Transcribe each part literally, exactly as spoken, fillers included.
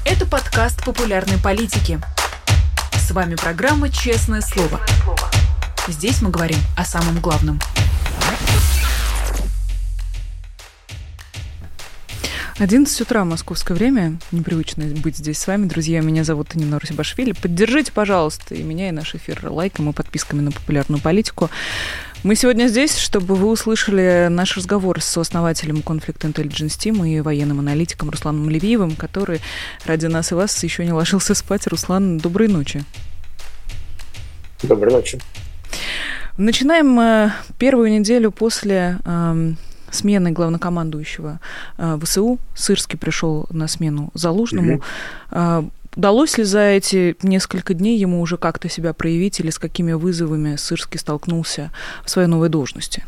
Это подкаст популярной политики. С вами программа «Честное слово». Здесь мы говорим о самом главном. одиннадцать утра, московское время. Непривычно быть здесь с вами, друзья. Меня зовут Танина Русибашвили. Поддержите, пожалуйста, и меня, и наш эфир лайком и подписками на популярную политику. Мы сегодня здесь, чтобы вы услышали наш разговор с сооснователем Conflict Intelligence Team и военным аналитиком Русланом Левиевым, который ради нас и вас еще не ложился спать. Руслан, доброй ночи. Доброй ночи. Начинаем первую неделю после э, смены главнокомандующего э, ВСУ. Сырский пришел на смену Залужному. Mm-hmm. Э, Удалось ли за эти несколько дней ему уже как-то себя проявить или с какими вызовами Сырский столкнулся в своей новой должности?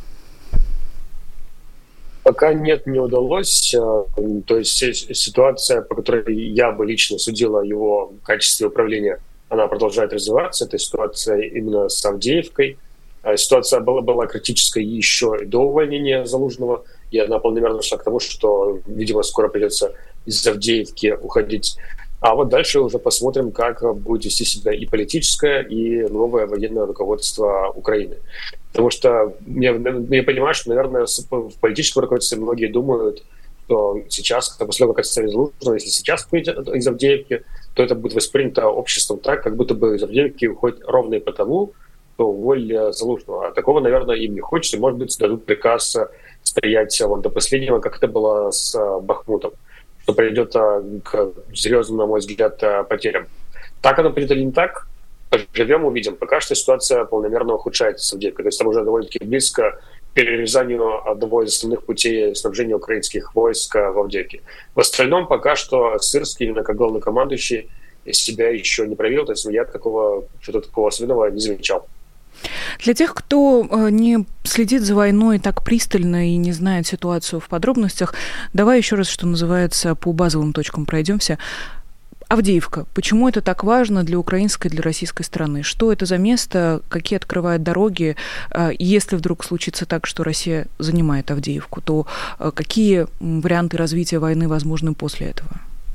Пока нет, не удалось. То есть ситуация, по которой я бы лично судил о его качестве управления, она продолжает развиваться. Это ситуация именно с Авдеевкой. Ситуация была, была критической еще до увольнения Залужного, и она полномерно шла к тому, что, видимо, скоро придется из Авдеевки уходить. А вот дальше уже посмотрим, как будет вести себя и политическое, и новое военное руководство Украины. Потому что я, я понимаю, что, наверное, в политическом руководстве многие думают, что сейчас, после того, как отставили Залужного, если сейчас выйдет из Авдеевки, то это будет воспринято обществом так, как будто бы из Авдеевки уходит ровно и потому, что уволили Залужного. А такого, наверное, им не хочется. Может быть, дадут приказ стоять вот до последнего, как это было с Бахмутом, что приведет к серьезным, на мой взгляд, потерям. Так оно придет или не так, поживем, увидим. Пока что ситуация полномерно ухудшается с Авдеевкой. То есть там уже довольно-таки близко к перерезанию одного из основных путей снабжения украинских войск в Авдеевке. В остальном пока что Сырский, именно как главнокомандующий, себя еще не проявил. То есть я такого, что-то такого особенного не замечал. Для тех, кто не следит за войной так пристально и не знает ситуацию в подробностях, давай еще раз, что называется, по базовым точкам пройдемся. Авдеевка. Почему это так важно для украинской, для российской стороны? Что это за место? Какие открывает дороги? Если вдруг случится так, что Россия занимает Авдеевку, то какие варианты развития войны возможны после этого?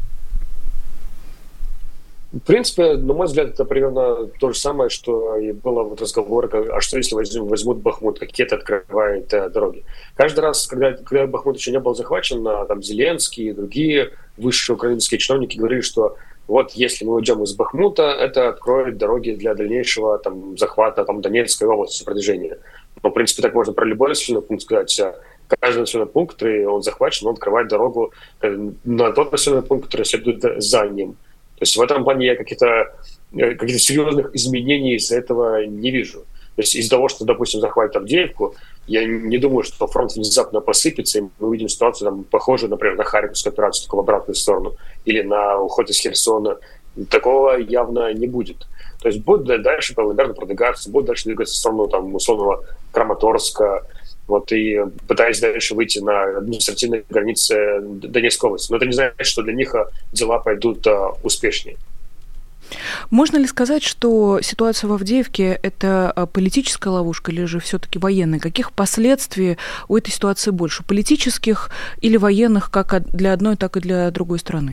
В принципе, на мой взгляд, это примерно то же самое, что и было вот разговор, а что если возьмут, возьмут Бахмут, какие это открывает э, дороги. Каждый раз, когда, когда Бахмут еще не был захвачен, там Зеленский и другие высшие украинские чиновники говорили, что вот если мы уйдем из Бахмута, это откроет дороги для дальнейшего там, захвата там, Донецкой области, продвижения. Но, в принципе, так можно про любой населенный пункт сказать. Каждый населенный пункт, который он захвачен, он открывает дорогу на тот населенный пункт, который следует за ним. То есть в этом плане я каких-то, каких-то серьезных изменений из-за этого не вижу. То есть из-за того, что, допустим, захватят Авдеевку, я не думаю, что фронт внезапно посыпется, и мы увидим ситуацию, там, похожую, например, на Харьковскую операцию, только в обратную сторону, или на уход из Херсона. Такого явно не будет. То есть будет дальше, наверное, продвигаться, будет дальше двигаться в сторону там, условного Краматорска, вот, и пытаясь дальше выйти на административные границы Донецкой области. Но это не значит, что для них дела пойдут а, успешнее. Можно ли сказать, что ситуация в Авдеевке – это политическая ловушка или же все-таки военная? Каких последствий у этой ситуации больше? Политических или военных как для одной, так и для другой страны?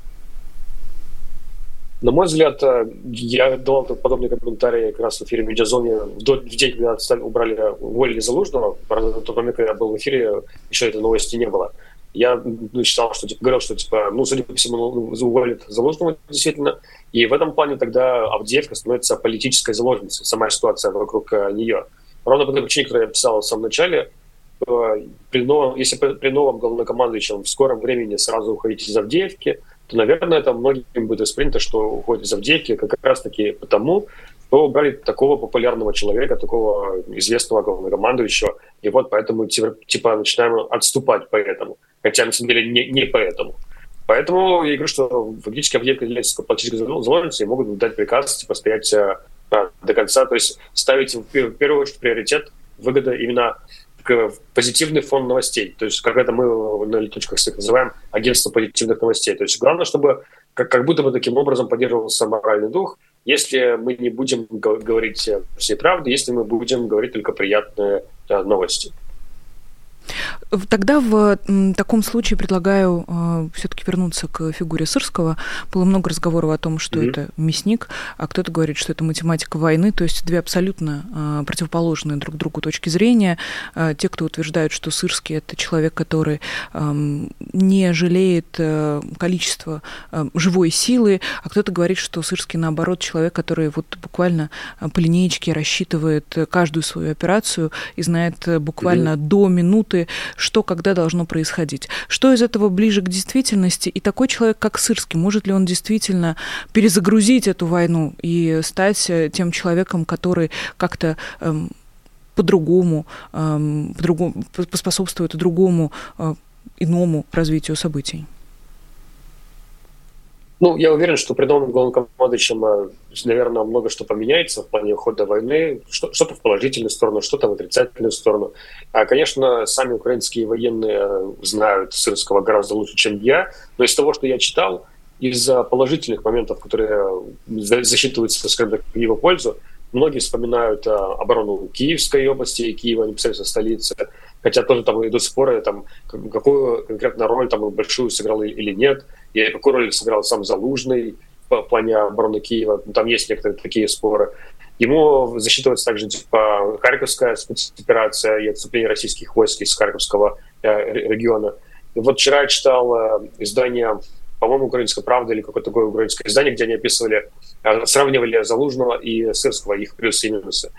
На мой взгляд, я давал подобные комментарии как раз в эфире «Медиазоне» в день, когда убрали, уволили Залужного. Правда, на тот момент, когда я был в эфире, еще этой новости не было. Я ну, считал, что типа, говорил, что типа, ну, судя по всему, уволят Залужного действительно. И в этом плане тогда Авдеевка становится политической заложницей, сама ситуация вокруг нее. Ровно по той причине, которую я писал в самом начале, при новом, если при новом главнокомандующем в скором времени сразу уходить из Авдеевки, то, наверное, это многим будет воспринято, что уходит из Авдеевки как раз-таки потому, что убрали такого популярного человека, такого известного главнокомандующего, и вот поэтому типа начинаем отступать поэтому. Хотя, на самом деле, не, не поэтому. Поэтому я говорю, что фактически Авдеевка является политической заложницей и могут дать приказ типа, стоять а, до конца, то есть ставить в первую очередь приоритет выгода именно позитивный фон новостей. То есть, как это мы на летучках называем, агентство позитивных новостей. То есть, главное, чтобы как, как будто бы таким образом поддерживался моральный дух, если мы не будем говорить всей правды, если мы будем говорить только приятные да, новости. Тогда в таком случае предлагаю э, все-таки вернуться к фигуре Сырского. Было много разговоров о том, что mm-hmm. это мясник, а кто-то говорит, что это математика войны, то есть две абсолютно э, противоположные друг другу точки зрения. Э, те, кто утверждают, что Сырский — это человек, который э, не жалеет э, количества э, живой силы, а кто-то говорит, что Сырский, наоборот, человек, который вот буквально по линеечке рассчитывает каждую свою операцию и знает буквально mm-hmm. до минуты, что когда должно происходить. Что из этого ближе к действительности? И такой человек, как Сырский, может ли он действительно перезагрузить эту войну и стать тем человеком, который как-то эм, по-другому, эм, по-другому поспособствует другому, э, иному развитию событий? Ну, я уверен, что при новом главнокомандующем, наверное, много что поменяется в плане хода войны, что-то в положительную сторону, что-то в отрицательную сторону. А, конечно, сами украинские военные знают Сырского гораздо лучше, чем я, но из того, что я читал, из положительных моментов, которые засчитываются, скажем так, в его пользу, многие вспоминают оборону Киевской области и Киева, непосредственно столицы, хотя тоже там идут споры, там, какую конкретно роль там большую сыграл или нет, и какую роль сыграл сам Залужный в плане обороны Киева. Там есть некоторые такие споры. Ему засчитывается также типа Харьковская спецоперация и отступление российских войск из Харьковского э, региона. И вот вчера я читал э, издание, по-моему, «Украинская правда» или какое-то такое украинское издание, где они описывали, э, сравнивали Залужного и Сырского, их плюсы и минусы.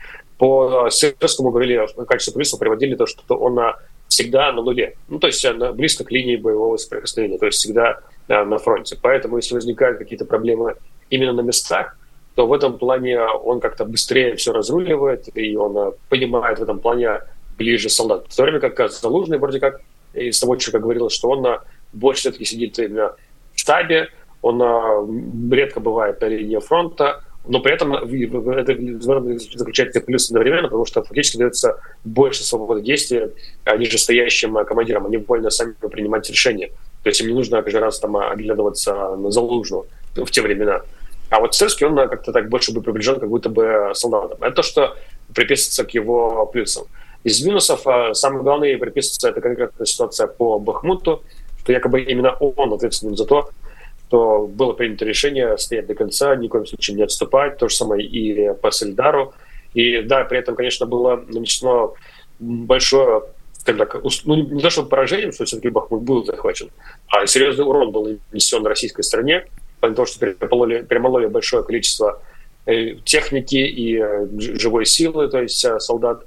По Сырскому говорили, в качестве плюсов приводили то, что он всегда на нуле. Ну, то есть близко к линии боевого соприкосновения, то есть всегда на фронте. Поэтому, если возникают какие-то проблемы именно на местах, то в этом плане он как-то быстрее все разруливает, и он понимает в этом плане ближе солдат. В то время как Залужный, вроде как, из того, что говорилось, что он больше все-таки сидит именно в штабе, он редко бывает на линии фронта, но при этом это заключается плюс одновременно, потому что фактически дается больше свободы действия нижестоящим командирам. Они вольно сами принимать решения. То есть им не нужно каждый раз там оглядываться на Залужного в те времена. А вот Сырский, он как-то так больше бы приближен как будто бы солдатам. Это то, что приписывается к его плюсам. Из минусов самое главное приписывается это конкретная ситуация по Бахмуту, что якобы именно он ответственен за то, что было принято решение стоять до конца, ни в коем случае не отступать. То же самое и по Солидару. И да, при этом, конечно, было нанесено большое, скажем так, ну не то чтобы поражение, что все-таки Бахмут был захвачен, а серьезный урон был нанесен российской стране, потому что перемололи, перемололи большое количество техники и живой силы, то есть солдат,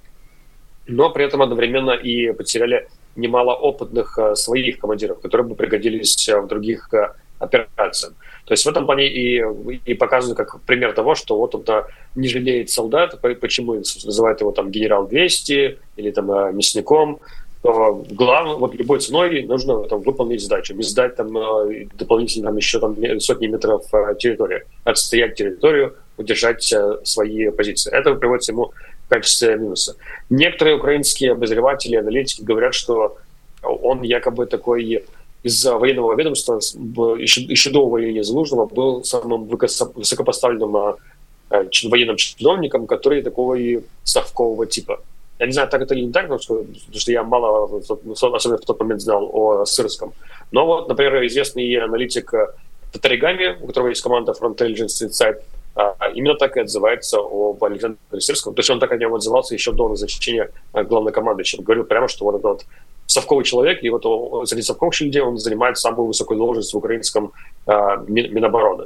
но при этом одновременно и потеряли немало опытных своих командиров, которые бы пригодились в других операциям. То есть в этом плане и, и показано как пример того, что вот он не жалеет солдат, почему называют его там генерал двести или там мясником. То главное, вот любой ценой нужно там выполнить задачу, не сдать там дополнительно там, еще там сотни метров территории, отстоять территорию, удержать свои позиции. Это приводится ему в качестве минуса. Некоторые украинские обозреватели, аналитики говорят, что он якобы такой из-за военного ведомства еще, еще до увольнения Залужного был самым высокопоставленным военным чиновником, который такого и совкового типа. Я не знаю, так это или не так, потому что, потому что я мало, особенно в тот момент, знал о Сырском. Но вот, например, известный аналитик Татаригами, у которого есть команда Front Intelligence Insight, именно так и отзывается об Александре Сырском. То есть он так о нем отзывался еще до назначения главнокомандующим. Говорил прямо, что вот этот совковый человек, и вот он, среди совковых людей он занимает самую высокую должность в украинском Минобороны.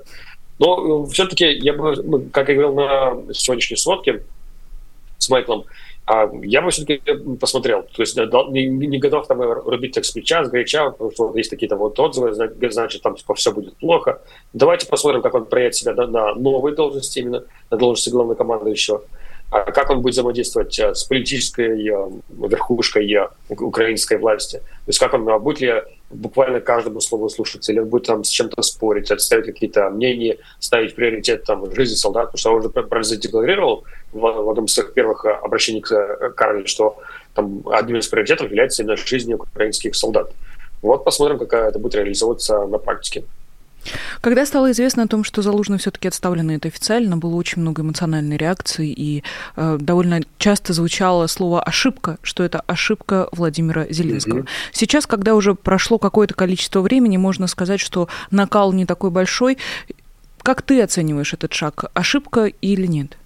Но все-таки, я бы, как я говорил на сегодняшней сводке с Майклом, я бы все-таки посмотрел. То есть не, не готов там рубить так с плеча, с горяча, потому что есть какие-то вот отзывы, значит, там типа, все будет плохо. Давайте посмотрим, как он проявит себя на, на новой должности, именно на должности главнокомандующего. Как он будет взаимодействовать с политической верхушкой украинской власти. То есть как он будет ли буквально каждому слову слушаться, или он будет там с чем-то спорить, отставить какие-то мнения, ставить приоритет там жизни солдат, потому что он уже продекларировал в, в одном из своих первых обращений к Карле, что там одним из приоритетов является именно жизнь украинских солдат. Вот посмотрим, как это будет реализовываться на практике. Когда стало известно о том, что Залужный все-таки отставлен, это официально, было очень много эмоциональной реакции, и э, довольно часто звучало слово «ошибка», что это ошибка Владимира Зеленского. Mm-hmm. Сейчас, когда уже прошло какое-то количество времени, можно сказать, что накал не такой большой. Как ты оцениваешь этот шаг? Ошибка или нет?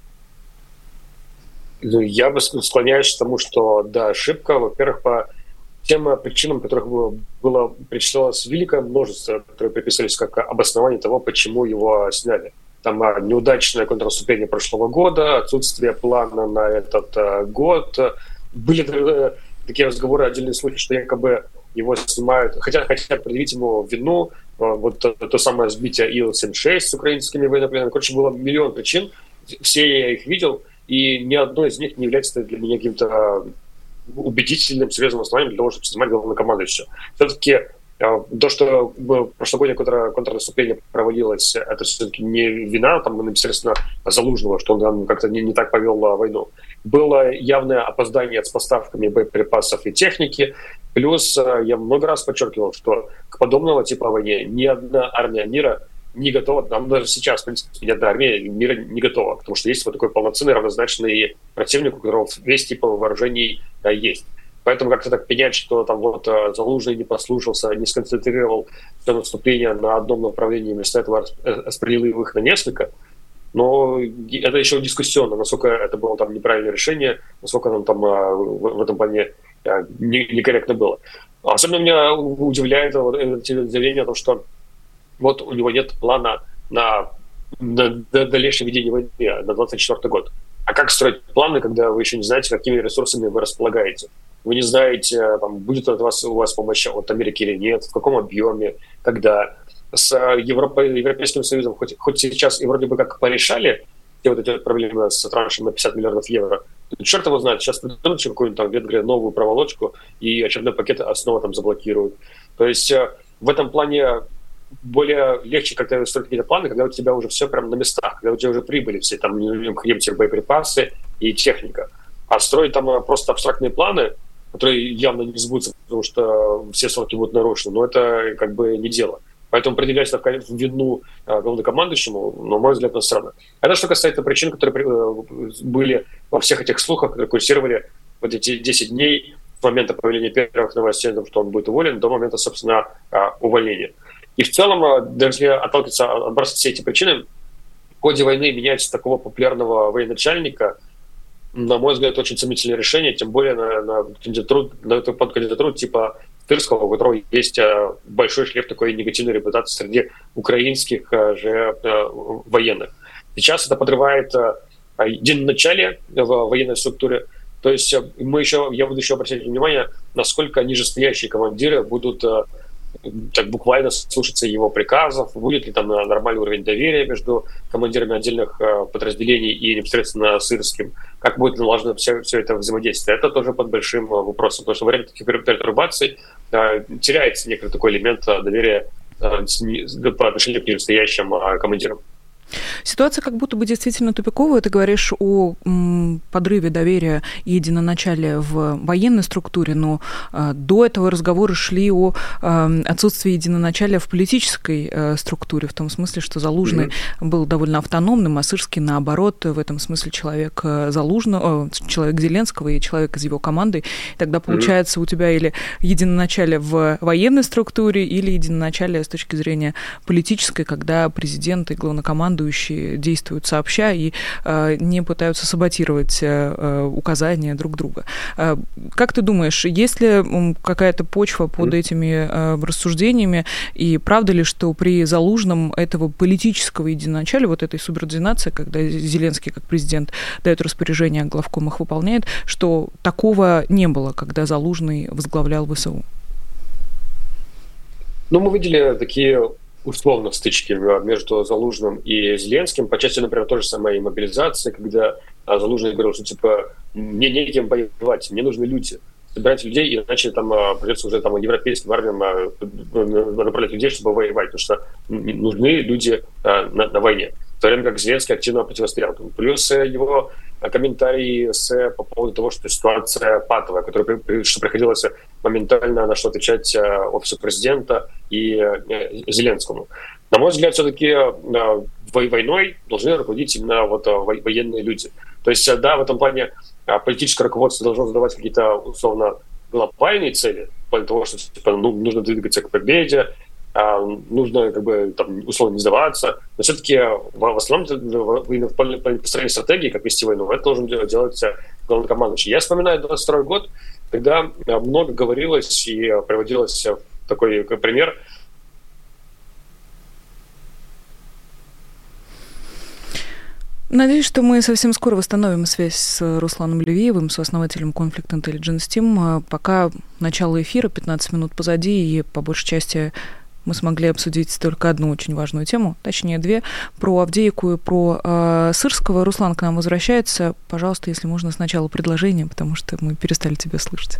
Я бы склоняюсь к тому, что да, ошибка, во-первых, по тем причинам, которых было, было перечислялось великое множество, которые приписывались как обоснование того, почему его сняли. Там неудачное контрнаступление прошлого года, отсутствие плана на этот uh, год. Были uh, такие разговоры, отдельные случаи, что якобы его снимают, хотят, хотят предъявить ему вину, uh, вот то, то самое сбитие Ил семьдесят шесть с украинскими военнопленными. Короче, было миллион причин, все я их видел, и ни одной из них не является для меня каким-то убедительным, серьезным основанием для того, чтобы снимать главнокомандующего. Все-таки то, что прошлогоднее контрнаступление провалилось, это все-таки не вина, там, непосредственно Залужного, что он как-то не, не так повел войну. Было явное опоздание с поставками боеприпасов и техники. Плюс я много раз подчеркивал, что к подобного типа войне ни одна армия мира не готова, нам даже сейчас, в принципе, ни одна армия мира не готова, потому что есть вот такой полноценный, равнозначный противник, у которого весь тип вооружений да, есть. Поэтому как-то так понять, что там вот Залужный не послушался, не сконцентрировал все наступление на одном направлении, вместо этого распределил их на несколько, но это еще дискуссионно, насколько это было там неправильное решение, насколько оно там в этом плане некорректно было. Особенно меня удивляет вот это заявление о том, что вот у него нет плана на, на, на дальнейшее ведение войны на двадцать четвёртый год. А как строить планы, когда вы еще не знаете, какими ресурсами вы располагаете? Вы не знаете, там, будет ли у вас, у вас помощь от Америки или нет, в каком объеме, когда. С Европой, Европейским Союзом хоть, хоть сейчас и вроде бы как порешали все вот эти проблемы с траншем на пятьдесят миллиардов евро, черт его знает, сейчас придумают какую-нибудь там Венгрию новую проволочку и очередной пакет снова там заблокируют. То есть в этом плане более легче как-то строить какие-то планы, когда у тебя уже все прям на местах, когда у тебя уже прибыли все, там необходимые боеприпасы и техника. А строить там просто абстрактные планы, которые явно не сбудутся, потому что все сроки будут нарушены, но это как бы не дело. Поэтому определять в вину главнокомандующему, на мой взгляд, это странно. Это что касается причин, которые были во всех этих слухах, которые курсировали вот эти десять дней с момента появления первых новостей о том, что он будет уволен, до момента, собственно, увольнения. И в целом, даже если отталкиваться, отбрасывать все эти причины, в ходе войны менять такого популярного военачальника, на мой взгляд, очень сомнительное решение, тем более на, на кандидатуру, на эту подкандидатуру типа Тырского, у которого есть большой шлейф такой негативной репутации среди украинских же военных. Сейчас это подрывает единоначалие в военной структуре. То есть мы еще, я буду еще обращать внимание, насколько нижестоящие командиры будут так буквально слушаться его приказов, будет ли там нормальный уровень доверия между командирами отдельных подразделений и непосредственно Сырским, как будет налажено все, все это взаимодействие. Это тоже под большим вопросом, потому что во время таких пертурбаций э, теряется некоторый такой элемент доверия э, по отношению к нижестоящим э, командирам. Ситуация как будто бы действительно тупиковая. Ты говоришь о м, подрыве доверия и единоначалия в военной структуре, но э, до этого разговоры шли о э, отсутствии единоначалия в политической э, структуре, в том смысле, что Залужный mm-hmm. был довольно автономным, а Сырский, наоборот, в этом смысле человек Залужного, э, человек Зеленского и человек из его команды. И тогда получается mm-hmm. у тебя или единоначалие в военной структуре, или единоначалие с точки зрения политической, когда президент и главнокомандующий действуют сообща и э, не пытаются саботировать э, указания друг друга. Э, как ты думаешь, есть ли какая-то почва под этими э, рассуждениями, и правда ли, что при Залужном этого политического единоначалия, вот этой субординации, когда Зеленский как президент дает распоряжение, а главком их выполняет, что такого не было, когда Залужный возглавлял ВСУ? Ну, мы видели такие условно стычки между Залужным и Зеленским, по части, например, той же самой мобилизации, когда Залужный говорил, что типа мне некем воевать, мне нужны люди, собирать людей, иначе там придется уже там европейским армиям направлять людей, чтобы воевать, потому что нужны люди на, на войне. В то время как Зеленский активно противостоял. Плюс его комментарии с, по поводу того, что ситуация патовая, которая, что приходилось моментально на что отвечать офису президента, и Зеленскому. На мой взгляд, все-таки войной должны руководить именно вот военные люди. То есть, да, в этом плане политическое руководство должно задавать какие-то, условно, глобальные цели, в плане того, что типа, ну, нужно двигаться к победе, нужно, как бы, там, условно, не сдаваться. Но все-таки в основном в плане построения стратегии, как вести войну, это должен делать главнокомандующий. Я вспоминаю двадцать второй год, когда много говорилось и приводилось такой пример. Надеюсь, что мы совсем скоро восстановим связь с Русланом Левиевым, сооснователем Conflict Intelligence Team. Пока начало эфира, пятнадцать минут позади, и по большей части мы смогли обсудить только одну очень важную тему, точнее две, про Авдеевку и про э, Сырского. Руслан к нам возвращается. Пожалуйста, если можно, сначала предложение, потому что мы перестали тебя слышать.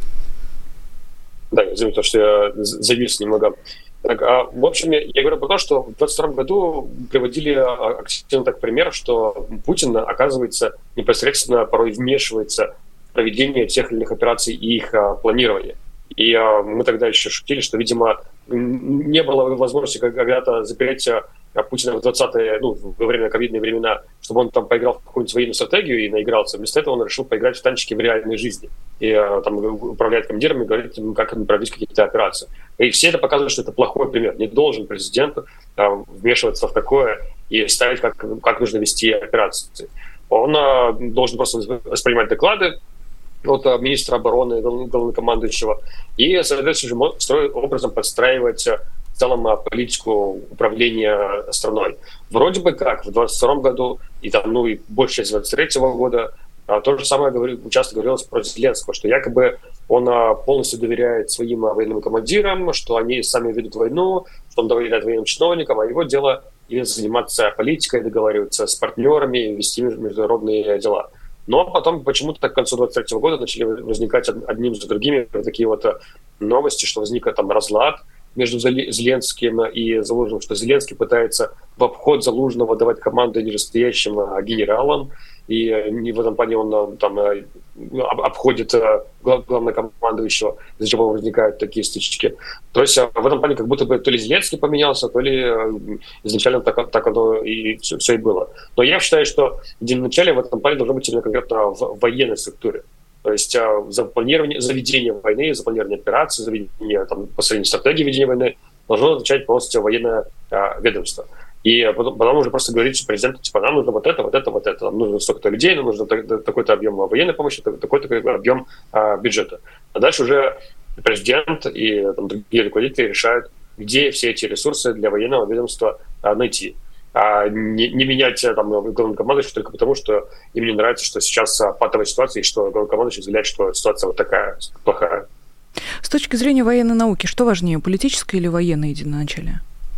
Да, извините, что я завис немного. Так, а, в общем, я говорю про то, что в двадцать втором году приводили активно так пример, что Путин, оказывается, непосредственно порой вмешивается в проведение тех или иных операций и их а, планирование. И а, мы тогда еще шутили, что, видимо, не было возможности когда-то запереть Путина в двадцатые, ну, во время ковидные времена, чтобы он там поиграл в какую-нибудь военную стратегию и наигрался. Вместо этого он решил поиграть в танчики в реальной жизни. И там управляет командирами, говорит, как проводить какие-то операции. И все это показывают, что это плохой пример. Не должен президент там вмешиваться в такое и ставить, как, как нужно вести операции. Он а, должен просто воспринимать доклады от министра обороны, главнокомандующего, и, соответствующим образом подстраивать в целом политику управления страной. Вроде бы как в двадцать втором году и там, ну и большая часть двадцать третьего года то же самое говорил, часто говорилось про Зеленского, что якобы он полностью доверяет своим военным командирам, что они сами ведут войну, что он доверяет военным чиновникам, а его дело именно заниматься политикой, договариваться с партнерами, вести международные дела. Но потом почему-то к концу двадцать третьего года начали возникать одним за другими такие вот новости, что возник там разлад между Зеленским и Залужным, что Зеленский пытается в обход Залужного давать команды нижестоящим генералам, и в этом плане он там обходит главнокомандующего, из-за чего возникают такие стычки. То есть в этом плане как будто бы то ли Зеленский поменялся, то ли изначально так, так оно и все, все и было. Но я считаю, что вначале в этом плане должно быть именно конкретно в военной структуре. То есть за планирование, за ведение войны, за планирование операций, за ведение там, построение стратегии ведения войны должно отвечать полностью военное а, ведомство. И потом, потом уже просто говорить президенту, типа, нам нужно вот это, вот это, вот это, нам нужно столько-то людей, нам нужно такой-то объем военной помощи, такой-то объем а, бюджета. А дальше уже президент и там, другие руководители решают, где все эти ресурсы для военного ведомства а, найти. А не, не менять там главнокомандующего только потому, что им не нравится, что сейчас патовая ситуация, и что главнокомандующий заявляет, что ситуация вот такая плохая. С точки зрения военной науки, что важнее, политическое или военное единоначалие?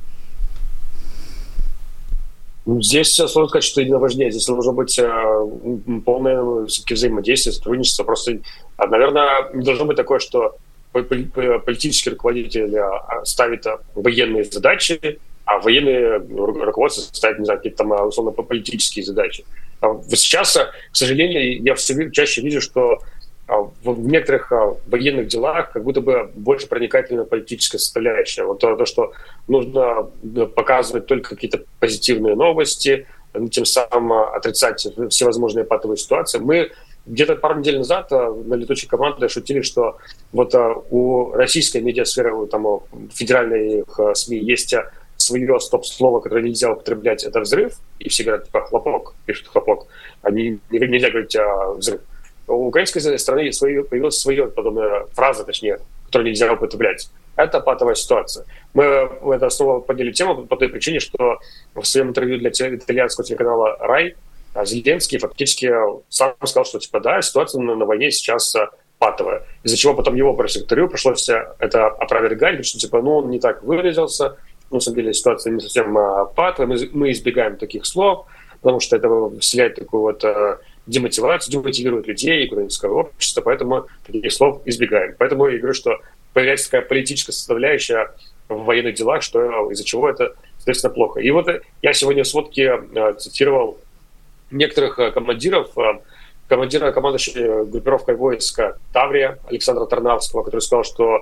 Здесь сложно сказать, что именно важнее. Здесь должно быть полное все-таки взаимодействие, сотрудничество. Просто, наверное, не должно быть такое, что политический руководитель ставит военные задачи, а военные руководство ставят, не знаю, какие-то там условно политические задачи. Сейчас, к сожалению, я все чаще вижу, что в некоторых военных делах как будто бы больше проникает именно политическая составляющая. Вот то, что нужно показывать только какие-то позитивные новости, тем самым отрицать всевозможные патовые ситуации. Мы где-то пару недель назад на летучей команде шутили, что вот у российской медиасферы, там, у федеральных СМИ есть свое стоп-слово, которое нельзя употреблять, это взрыв, и все говорят, типа, хлопок, пишут хлопок, а не, нельзя говорить а, взрыв. У украинской страны свои, появилась своя подобная фраза, точнее, которую нельзя употреблять. Это патовая ситуация. Мы это снова подняли тему по той причине, что в своем интервью для итальянского телеканала «Рай» Зеленский фактически сам сказал, что типа да, ситуация на, на войне сейчас патовая. Из-за чего потом его пресс-секретарю пришлось это опровергать, что типа, ну, он не так выразился, на самом деле ситуация не совсем патовая, мы, мы избегаем таких слов, потому что это вселяет такую вот демотивацию, демотивирует людей, украинское общество, поэтому таких слов избегаем. Поэтому я говорю, что появляется такая политическая составляющая в военных делах, что из-за чего это, соответственно, плохо. И вот я сегодня в сводке цитировал некоторых командиров, командира командующего группировкой войска Таврия Александра Тарнавского, который сказал, что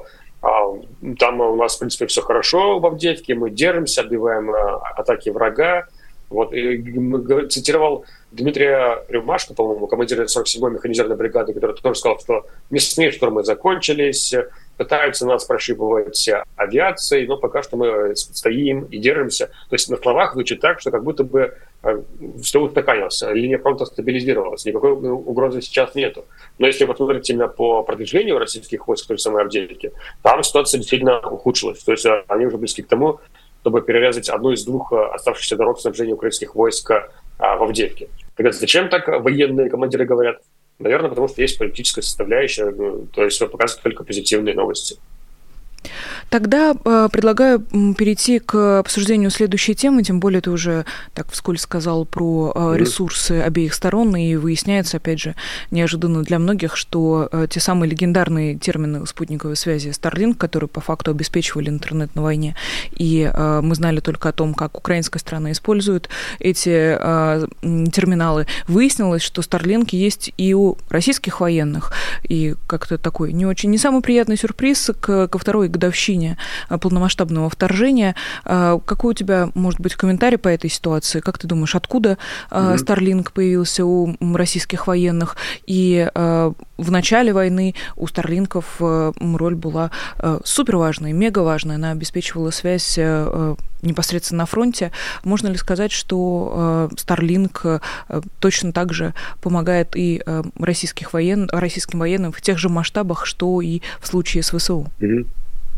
Там у нас, в принципе, все хорошо в Авдеевке, мы держимся, отбиваем атаки врага. Вот, и цитировал Дмитрия Рюмашко, по-моему, командира сорок седьмой механизированной бригады, который тоже сказал, что мясные штурмы закончились, пытаются нас прошибывать авиацией, но пока что мы стоим и держимся. То есть на словах звучит так, что как будто бы все устаканилось, линия фронта стабилизировалась, никакой угрозы сейчас нету. Но если посмотреть именно по продвижению российских войск в той же самой Авдеевке, там ситуация действительно ухудшилась. То есть они уже близки к тому, чтобы перерезать одну из двух оставшихся дорог снабжения украинских войск а, в Авдеевке. Тогда зачем так военные командиры говорят? Наверное, потому что есть политическая составляющая, ну, то есть показывают только позитивные новости. Тогда э, предлагаю перейти к обсуждению следующей темы, тем более ты уже так вскользь сказал про э, ресурсы обеих сторон, и выясняется, опять же, неожиданно для многих, что э, те самые легендарные термины спутниковой связи Starlink, которые по факту обеспечивали интернет на войне, и э, мы знали только о том, как украинская страна использует эти э, терминалы, выяснилось, что Starlink есть и у российских военных, и как-то такой не очень, не самый приятный сюрприз к, ко второй годовщине полномасштабного вторжения. Какой у тебя, может быть, комментарий по этой ситуации? Как ты думаешь, откуда mm-hmm. Starlink появился у российских военных? И в начале войны у Старлинков роль была суперважная, мегаважная. Она обеспечивала связь непосредственно на фронте. Можно ли сказать, что Starlink точно так же помогает и российских воен... российским военным в тех же масштабах, что и в случае с ВСУ? Mm-hmm.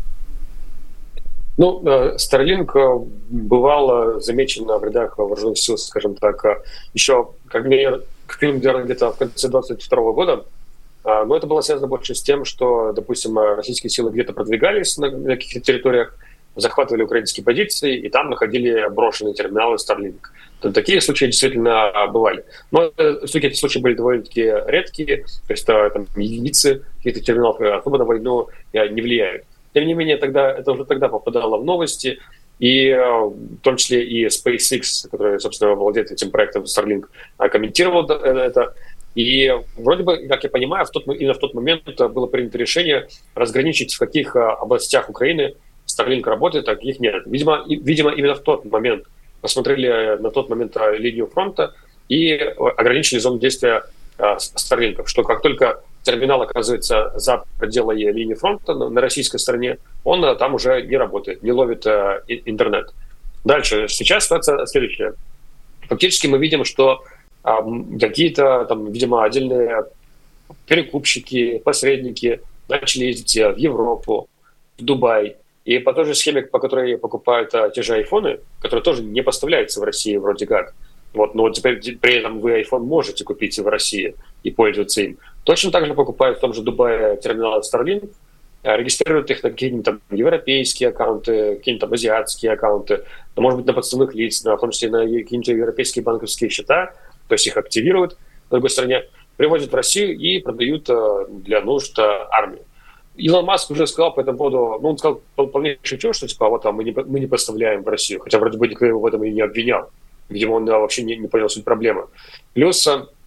Ну, Starlink бывало замечено в рядах вооруженных сил, скажем так, еще как минимум где-то в конце двадцать второго года. Но это было связано больше с тем, что, допустим, российские силы где-то продвигались на каких-то территориях, захватывали украинские позиции, и там находили брошенные терминалы Starlink. То такие случаи действительно бывали. Но все-таки эти случаи были довольно-таки редкие, то есть там единицы каких-то терминалов особо на войну не влияют. Тем не менее, тогда, это уже тогда попадало в новости, и в том числе и SpaceX, который, собственно, владеет этим проектом Starlink, комментировал это. И вроде бы, как я понимаю, в тот, именно в тот момент было принято решение разграничить, в каких областях Украины Starlink работает, а каких нет. Видимо, и, видимо, именно в тот момент посмотрели на тот момент линию фронта и ограничили зону действия Starlink, что как только терминал оказывается за пределы линии фронта на российской стороне, он там уже не работает, не ловит э, интернет. Дальше. Сейчас ситуация следующая. Фактически мы видим, что э, какие-то там, видимо, отдельные перекупщики, посредники начали ездить в Европу, в Дубай. И по той же схеме, по которой покупают э, те же айфоны, которые тоже не поставляются в России вроде как. Вот, но теперь при этом вы iPhone можете купить в России и пользоваться им. Точно так же покупают в том же Дубае терминалы Starlink, регистрируют их на какие-нибудь там европейские аккаунты, какие-нибудь там азиатские аккаунты, ну, может быть, на подставных лиц, на, в том числе на какие-нибудь европейские банковские счета, то есть их активируют в другой стране, привозят в Россию и продают для нужд армии. Илон Маск уже сказал по этому поводу, ну, он сказал полнейшую чушь, что типа вот там мы не, мы не поставляем в Россию, хотя вроде бы никто его в этом и не обвинял. Видимо, он да, вообще не, не понял суть проблемы. Плюс,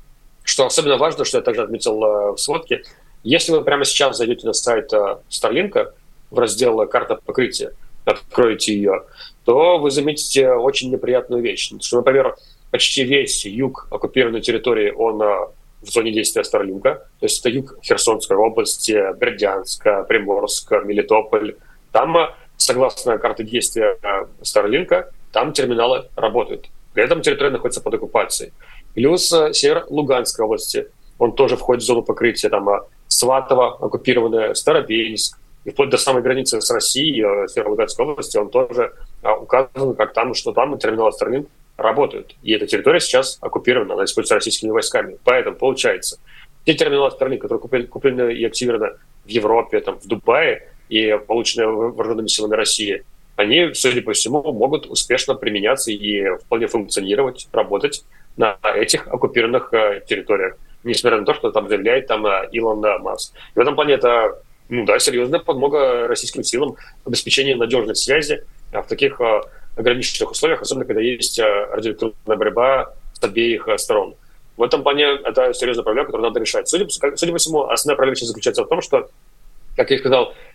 что особенно важно, что я также отметил э, в сводке, если вы прямо сейчас зайдете на сайт э, Starlink в раздел «Карта покрытия», откроете ее, то вы заметите очень неприятную вещь. Что, например, почти весь юг оккупированной территории, он э, в зоне действия Starlink. То есть это юг Херсонской области, Бердянска, Приморска, Мелитополь. Там, э, согласно карте действия э, Starlink, там терминалы работают. При этом территория находится под оккупацией. Плюс север Луганской области, он тоже входит в зону покрытия. Там Сватово, оккупированная, Старобельск, и вплоть до самой границы с Россией, север Луганской области, он тоже указан как там, что там терминалы Starlink работают. И эта территория сейчас оккупирована, она используется российскими войсками. Поэтому получается, те терминалы Starlink, которые куплены, куплены и активированы в Европе, там, в Дубае и получены вооруженными силами России, они, судя по всему, могут успешно применяться и вполне функционировать, работать на этих оккупированных э, территориях, несмотря на то, что там заявляет там, Илон Маск. И в этом плане это, ну да, серьезная подмога российским силам, обеспечение надежной связи в таких э, ограниченных условиях, особенно когда есть э, радиоэлектронная борьба с обеих э, сторон. В этом плане это серьезная проблема, которую надо решать. Судя, судя по всему, основная проблема заключается в том, что, как я сказал,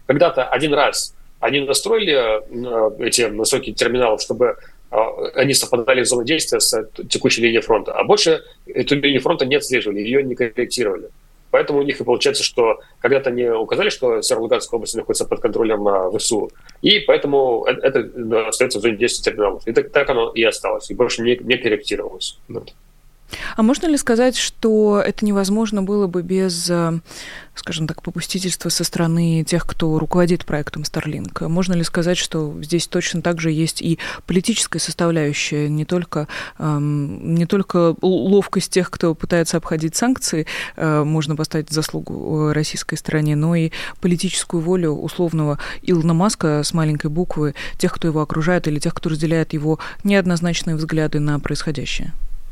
когда-то один раз они настроили эти насоки терминалов, чтобы они совпадали в зону действия с текущей линией фронта, а больше эту линию фронта не отслеживали, ее не корректировали. Поэтому у них и получается, что когда-то они указали, что Северо-Луганская область находится под контролем ВСУ, и поэтому это остается в зоне действия терминалов. И так, так оно и осталось, и больше не, не корректировалось. А можно ли сказать, что это невозможно было бы без, скажем так, попустительства со стороны тех, кто руководит проектом Starlink? Можно ли сказать, что здесь точно так же есть и политическая составляющая, не только, эм, не только ловкость тех, кто пытается обходить санкции, э, можно поставить в заслугу российской стороне, но и политическую волю условного Илона Маска с маленькой буквы, тех, кто его окружает, или тех, кто разделяет его неоднозначные взгляды на происходящее?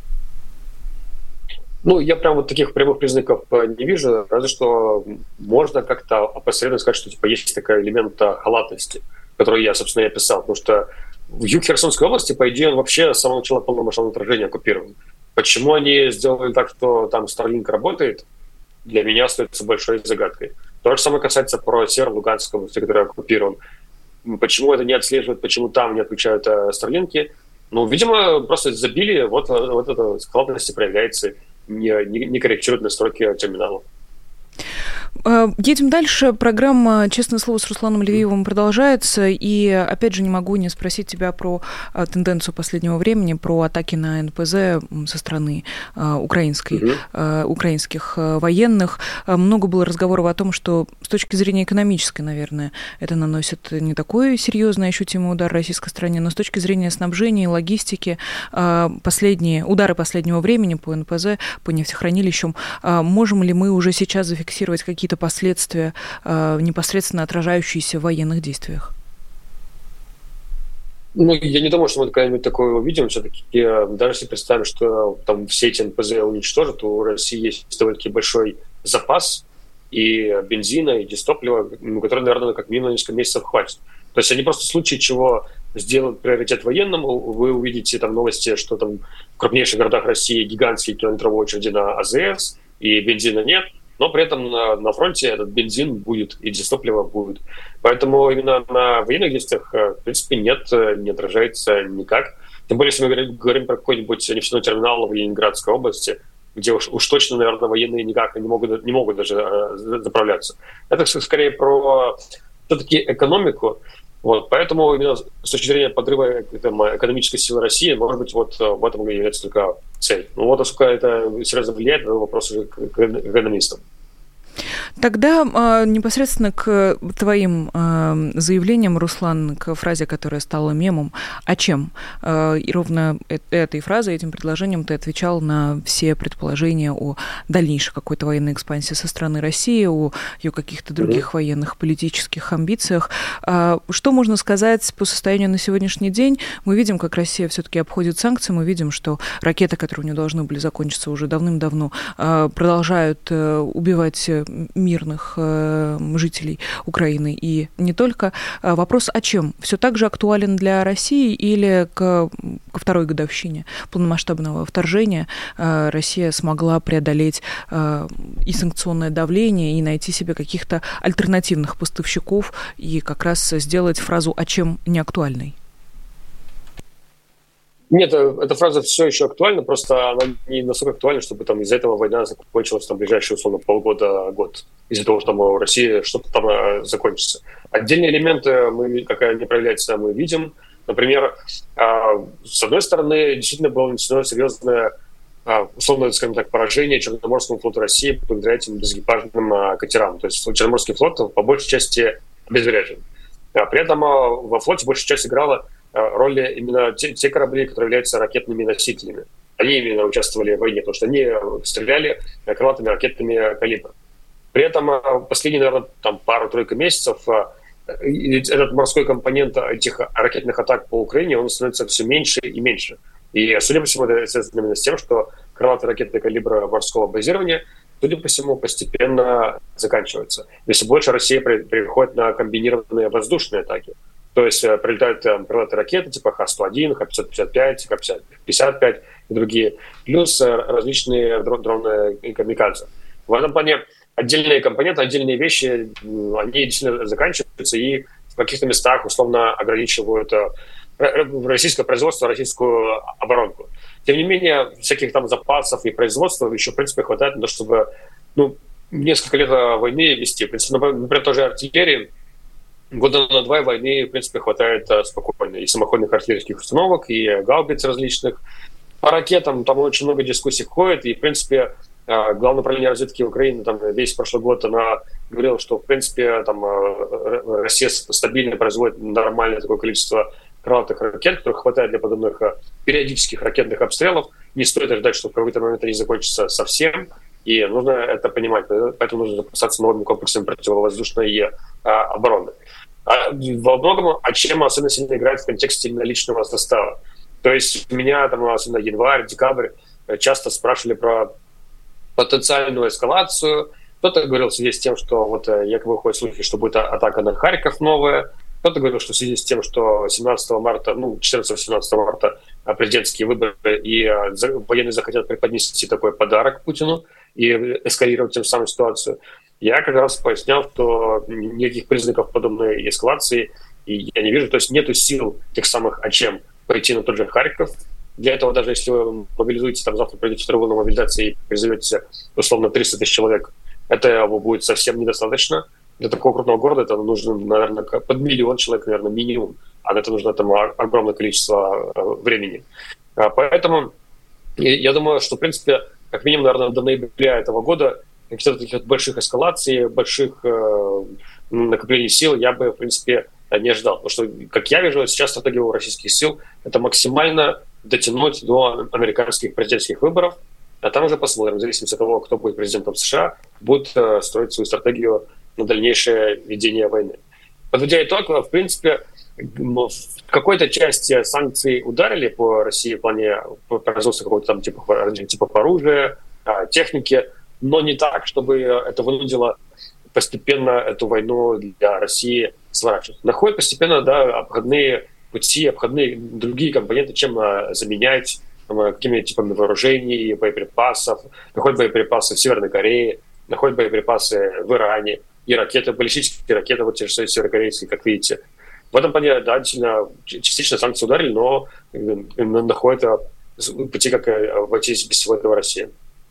Ну, я прям вот таких прямых признаков не вижу, разве что можно как-то опосредованно сказать, что типа есть такой элемент халатности, который я, собственно, и описал, потому что в юг Херсонской области, по идее, он вообще с самого начала полномасштабного вторжения оккупирован. Почему они сделали так, что там Starlink работает, для меня остается большой загадкой. То же самое касается про Северо-Луганской области, которая оккупирован. Почему это не отслеживают, почему там не отключают Starlink? Ну, видимо, просто забили, вот, вот эта халатность проявляется. Не, не, не корректируют настройки терминалов. Едем дальше. Программа «Честное слово» с Русланом Левиевым продолжается. И, опять же, не могу не спросить тебя про тенденцию последнего времени, про атаки на эн пэ зэ со стороны украинской, угу. украинских военных. Много было разговоров о том, что с точки зрения экономической, наверное, это наносит не такой серьезный ощутимый удар российской стране, но с точки зрения снабжения и логистики, последние, удары последнего времени по эн пэ зэ, по нефтехранилищам, можем ли мы уже сейчас зафиксировать какие-то какие-то последствия, э, непосредственно отражающиеся в военных действиях? Ну, я не думаю, что мы когда-нибудь такое увидим. Все-таки, даже если представим, что там все эти эн пэ зэ уничтожат, то у России есть довольно-таки большой запас и бензина, и дистоплива, который, наверное, как минимум несколько месяцев хватит. То есть они просто в случае чего сделают приоритет военному, вы увидите там новости, что там в крупнейших городах России гигантские километровые очереди на а зэ эс, и бензина нет. Но при этом на, на фронте этот бензин будет, и дистопливо будет. Поэтому именно на военных действиях, в принципе, нет, не отражается никак. Тем более, если мы говорим, говорим про какой-нибудь нефтяной терминал в Ленинградской области, где уж, уж точно, наверное, военные никак не могут, не могут даже э, заправляться. Это скорее про все-таки экономику. Вот, поэтому именно с точки зрения подрыва там, экономической силы России, может быть, вот в этом и является только цель. Ну вот, насколько это серьезно влияет, это вопрос уже к экономистам. Тогда э, непосредственно к твоим э, заявлениям, Руслан, к фразе, которая стала мемом, «А чем?». Э, и ровно э- этой фразой, этим предложением ты отвечал на все предположения о дальнейшей какой-то военной экспансии со стороны России, о ее каких-то других mm-hmm. военных политических амбициях. Э, что можно сказать по состоянию на сегодняшний день? Мы видим, как Россия все-таки обходит санкции, мы видим, что ракеты, которые у нее должны были закончиться уже давным-давно, э, продолжают э, убивать мирных э, жителей Украины и не только. Вопрос, о чем? Все так же актуален для России или к, ко второй годовщине полномасштабного вторжения э, Россия смогла преодолеть э, и санкционное давление, и найти себе каких-то альтернативных поставщиков и как раз сделать фразу «о чем» неактуальной? Нет, эта фраза все еще актуальна, просто она не настолько актуальна, чтобы там из-за этого война закончилась там в ближайшие, условно, полгода-год. Из-за того, что там у России что-то там закончится. Отдельные элементы, мы, как они проявляются, мы видим. Например, с одной стороны, действительно было нанесено серьезное, условно, скажем так, поражение Черноморскому флоту России благодаря этим безэкипажным катерам. То есть Черноморский флот по большей части обезврежен. При этом во флоте большая часть играла роль именно те, те корабли, которые являются ракетными носителями. Они именно участвовали в войне, потому что они стреляли крылатыми ракетами «Калибр». При этом последние, наверное, там, пару-тройку месяцев этот морской компонент этих ракетных атак по Украине, он становится все меньше и меньше. И, судя по всему, это связано именно с тем, что крылатые ракеты калибра морского базирования, судя по всему, постепенно заканчиваются. Если больше Россия переходит на комбинированные воздушные атаки, то есть прилетают там крылатые ракеты типа Х сто один, Х пятьсот пятьдесят пять, Х пятьдесят пятьдесят пять и другие, плюс различные дроны камикадзе. В этом плане отдельные компоненты, отдельные вещи, они действительно заканчиваются и в каких-то местах условно ограничивают российское производство, российскую оборонку. Тем не менее, всяких там запасов и производства еще, в принципе, хватает на то, чтобы ну, несколько лет войны вести. В принципе, например, тоже артиллерии, года на два войны, в принципе, хватает спокойно. И самоходных артиллерийских установок, и гаубиц различных. По ракетам там очень много дискуссий ходит, и, в принципе, Главное управление разведки Украины там весь прошлый год она говорила, что, в принципе, там Россия стабильно производит нормальное такое количество крылатых ракет, которых хватает для подобных периодических ракетных обстрелов. Не стоит ожидать, что в какой-то момент они закончатся совсем, и нужно это понимать. Поэтому нужно запасаться новыми комплексами противовоздушной а, обороны. А во многом, а чем особенно сильно играет в контексте именно личного состава. То есть меня, там, особенно январь, декабрь, часто спрашивали про потенциальную эскалацию. Кто-то говорил в связи с тем, что вот якобы ходят слухи, что будет атака на Харьков новая. Кто-то говорил, что в связи с тем, что семнадцатого марта, ну, четырнадцатого-семнадцатого марта президентские выборы, и военные захотят преподнести такой подарок Путину и эскалировать тем самым ситуацию. Я как раз пояснял, что никаких признаков подобной эскалации и я не вижу. То есть нету сил тех самых АЧМ пойти на тот же Харьков. Для этого, даже если вы мобилизуете, там завтра пройдете вторую волну мобилизации и призовете условно триста тысяч человек, этого будет совсем недостаточно. Для такого крупного города это нужно, наверное, под миллион человек, наверное, минимум. А на это нужно там огромное количество времени. Поэтому я думаю, что, в принципе, как минимум, наверное, до ноября этого года каких-то таких больших эскалаций, больших э, накоплений сил я бы, в принципе, не ожидал. Потому что, как я вижу, сейчас стратегия у российских сил – это максимально дотянуть до американских президентских выборов, а там уже посмотрим, в зависимости от того, кто будет президентом США, будет э, строить свою стратегию на дальнейшее ведение войны. Подводя итог, в принципе, в какой-то части санкций ударили по России в плане производства какого-то там типа, типа оружия, техники, но не так, чтобы это вынудило постепенно эту войну для России сворачивать. Находят постепенно, да, обходные пути, обходные другие компоненты, чем заменять там, какими-то типами вооружений, боеприпасов. Находят боеприпасы в Северной Корее, находят боеприпасы в Иране и ракеты, баллистические ракеты, вот те же северокорейские, как видите. В этом плане, да, действительно, частично санкции ударили, но находят пути, как обойтись без всего этого России.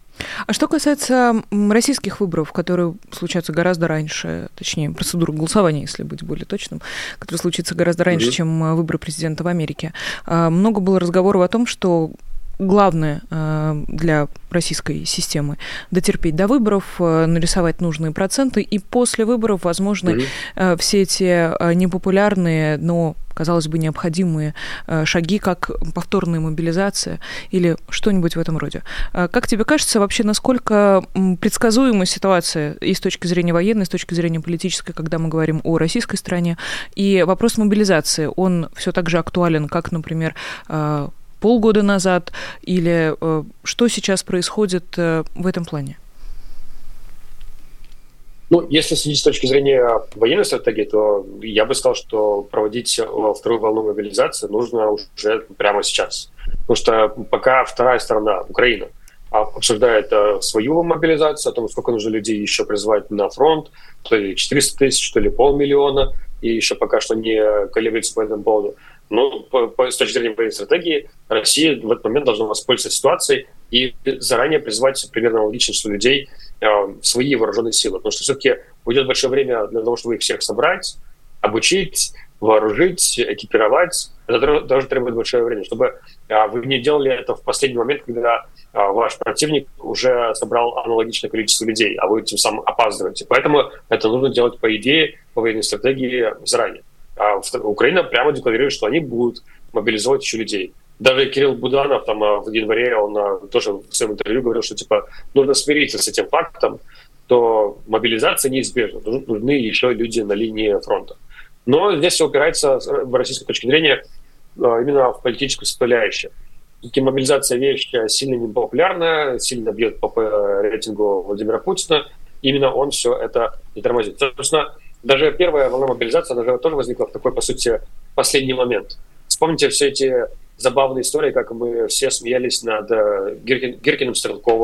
А что касается российских выборов, которые случаются гораздо раньше, точнее, процедура голосования, если быть более точным, которые случится гораздо раньше, mm-hmm. чем выборы президента в Америке, много было разговоров о том, что главное для российской системы дотерпеть до выборов, нарисовать нужные проценты, и после выборов, возможно, mm-hmm. все эти непопулярные, но, казалось бы, необходимые шаги, как повторная мобилизация или что-нибудь в этом роде. Как тебе кажется, вообще, насколько предсказуема ситуация и с точки зрения военной, и с точки зрения политической, когда мы говорим о российской стране, и вопрос мобилизации, он все так же актуален, как, например, полгода назад, или э, что сейчас происходит э, в этом плане? Ну, если следить с точки зрения военной стратегии, то я бы сказал, что проводить вторую волну мобилизации нужно уже прямо сейчас. Потому что пока вторая сторона, Украина, обсуждает свою мобилизацию, о том, сколько нужно людей еще призвать на фронт, то ли четыреста тысяч, то ли полмиллиона, и еще пока что не колеблется по этому поводу. Но по, по, с точки зрения военной стратегии Россия в этот момент должна воспользоваться ситуацией и заранее призвать примерно аналогичное число людей э, в свои вооруженные силы. Потому что все-таки уйдет большое время для того, чтобы их всех собрать, обучить, вооружить, экипировать. Это даже требует большое время, чтобы э, вы не делали это в последний момент, когда э, ваш противник уже собрал аналогичное количество людей, а вы тем самым опаздываете. Поэтому это нужно делать, по идее, по военной стратегии заранее. А Украина прямо декларирует, что они будут мобилизовать еще людей. Даже Кирилл Буданов там в январе, он тоже в своем интервью говорил, что типа нужно смириться с этим фактом, что мобилизация неизбежна, нужны еще люди на линии фронта. Но здесь все упирается в российской точки зрения именно в политическую составляющую. Мобилизация вещь сильно непопулярная, сильно бьет по рейтингу Владимира Путина. Именно он все это не тормозит. Собственно, даже первая волна мобилизации, она же тоже возникла в такой, по сути, последний момент. Вспомните все эти забавные истории, как мы все смеялись над Гиркиным, Стрелковым,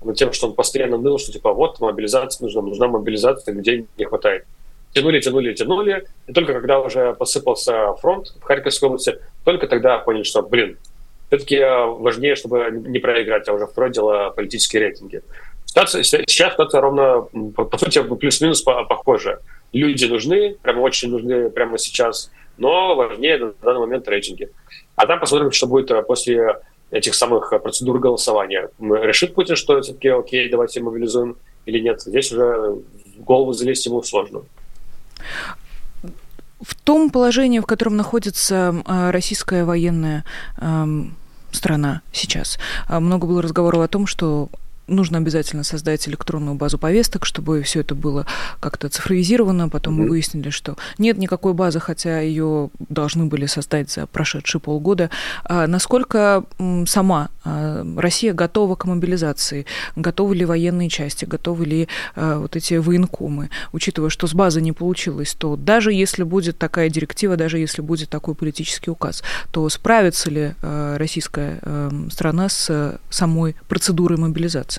над тем, что он постоянно ныл, что типа вот мобилизация нужна, нужна мобилизация, людей не хватает. Тянули, тянули, тянули, и только когда уже посыпался фронт в Харьковской области, только тогда поняли, что, блин, все-таки важнее, чтобы не проиграть, а уже второе дело политические рейтинги. Ситуация, сейчас ситуация ровно, по сути, плюс-минус похожая. Люди нужны, прямо очень нужны прямо сейчас, но важнее на данный момент рейтинги. А там посмотрим, что будет после этих самых процедур голосования. Решит Путин, что все-таки окей, давайте мобилизуем или нет. Здесь уже в голову залезть ему сложно. В том положении, в котором находится российская военная страна сейчас, много было разговоров о том, что нужно обязательно создать электронную базу повесток, чтобы все это было как-то цифровизировано. Потом mm-hmm. мы выяснили, что нет никакой базы, хотя ее должны были создать за прошедшие полгода. А насколько сама Россия готова к мобилизации? Готовы ли военные части? Готовы ли а, вот эти военкомы? Учитывая, что с базы не получилось, то даже если будет такая директива, даже если будет такой политический указ, то справится ли а, российская а, страна с самой процедурой мобилизации?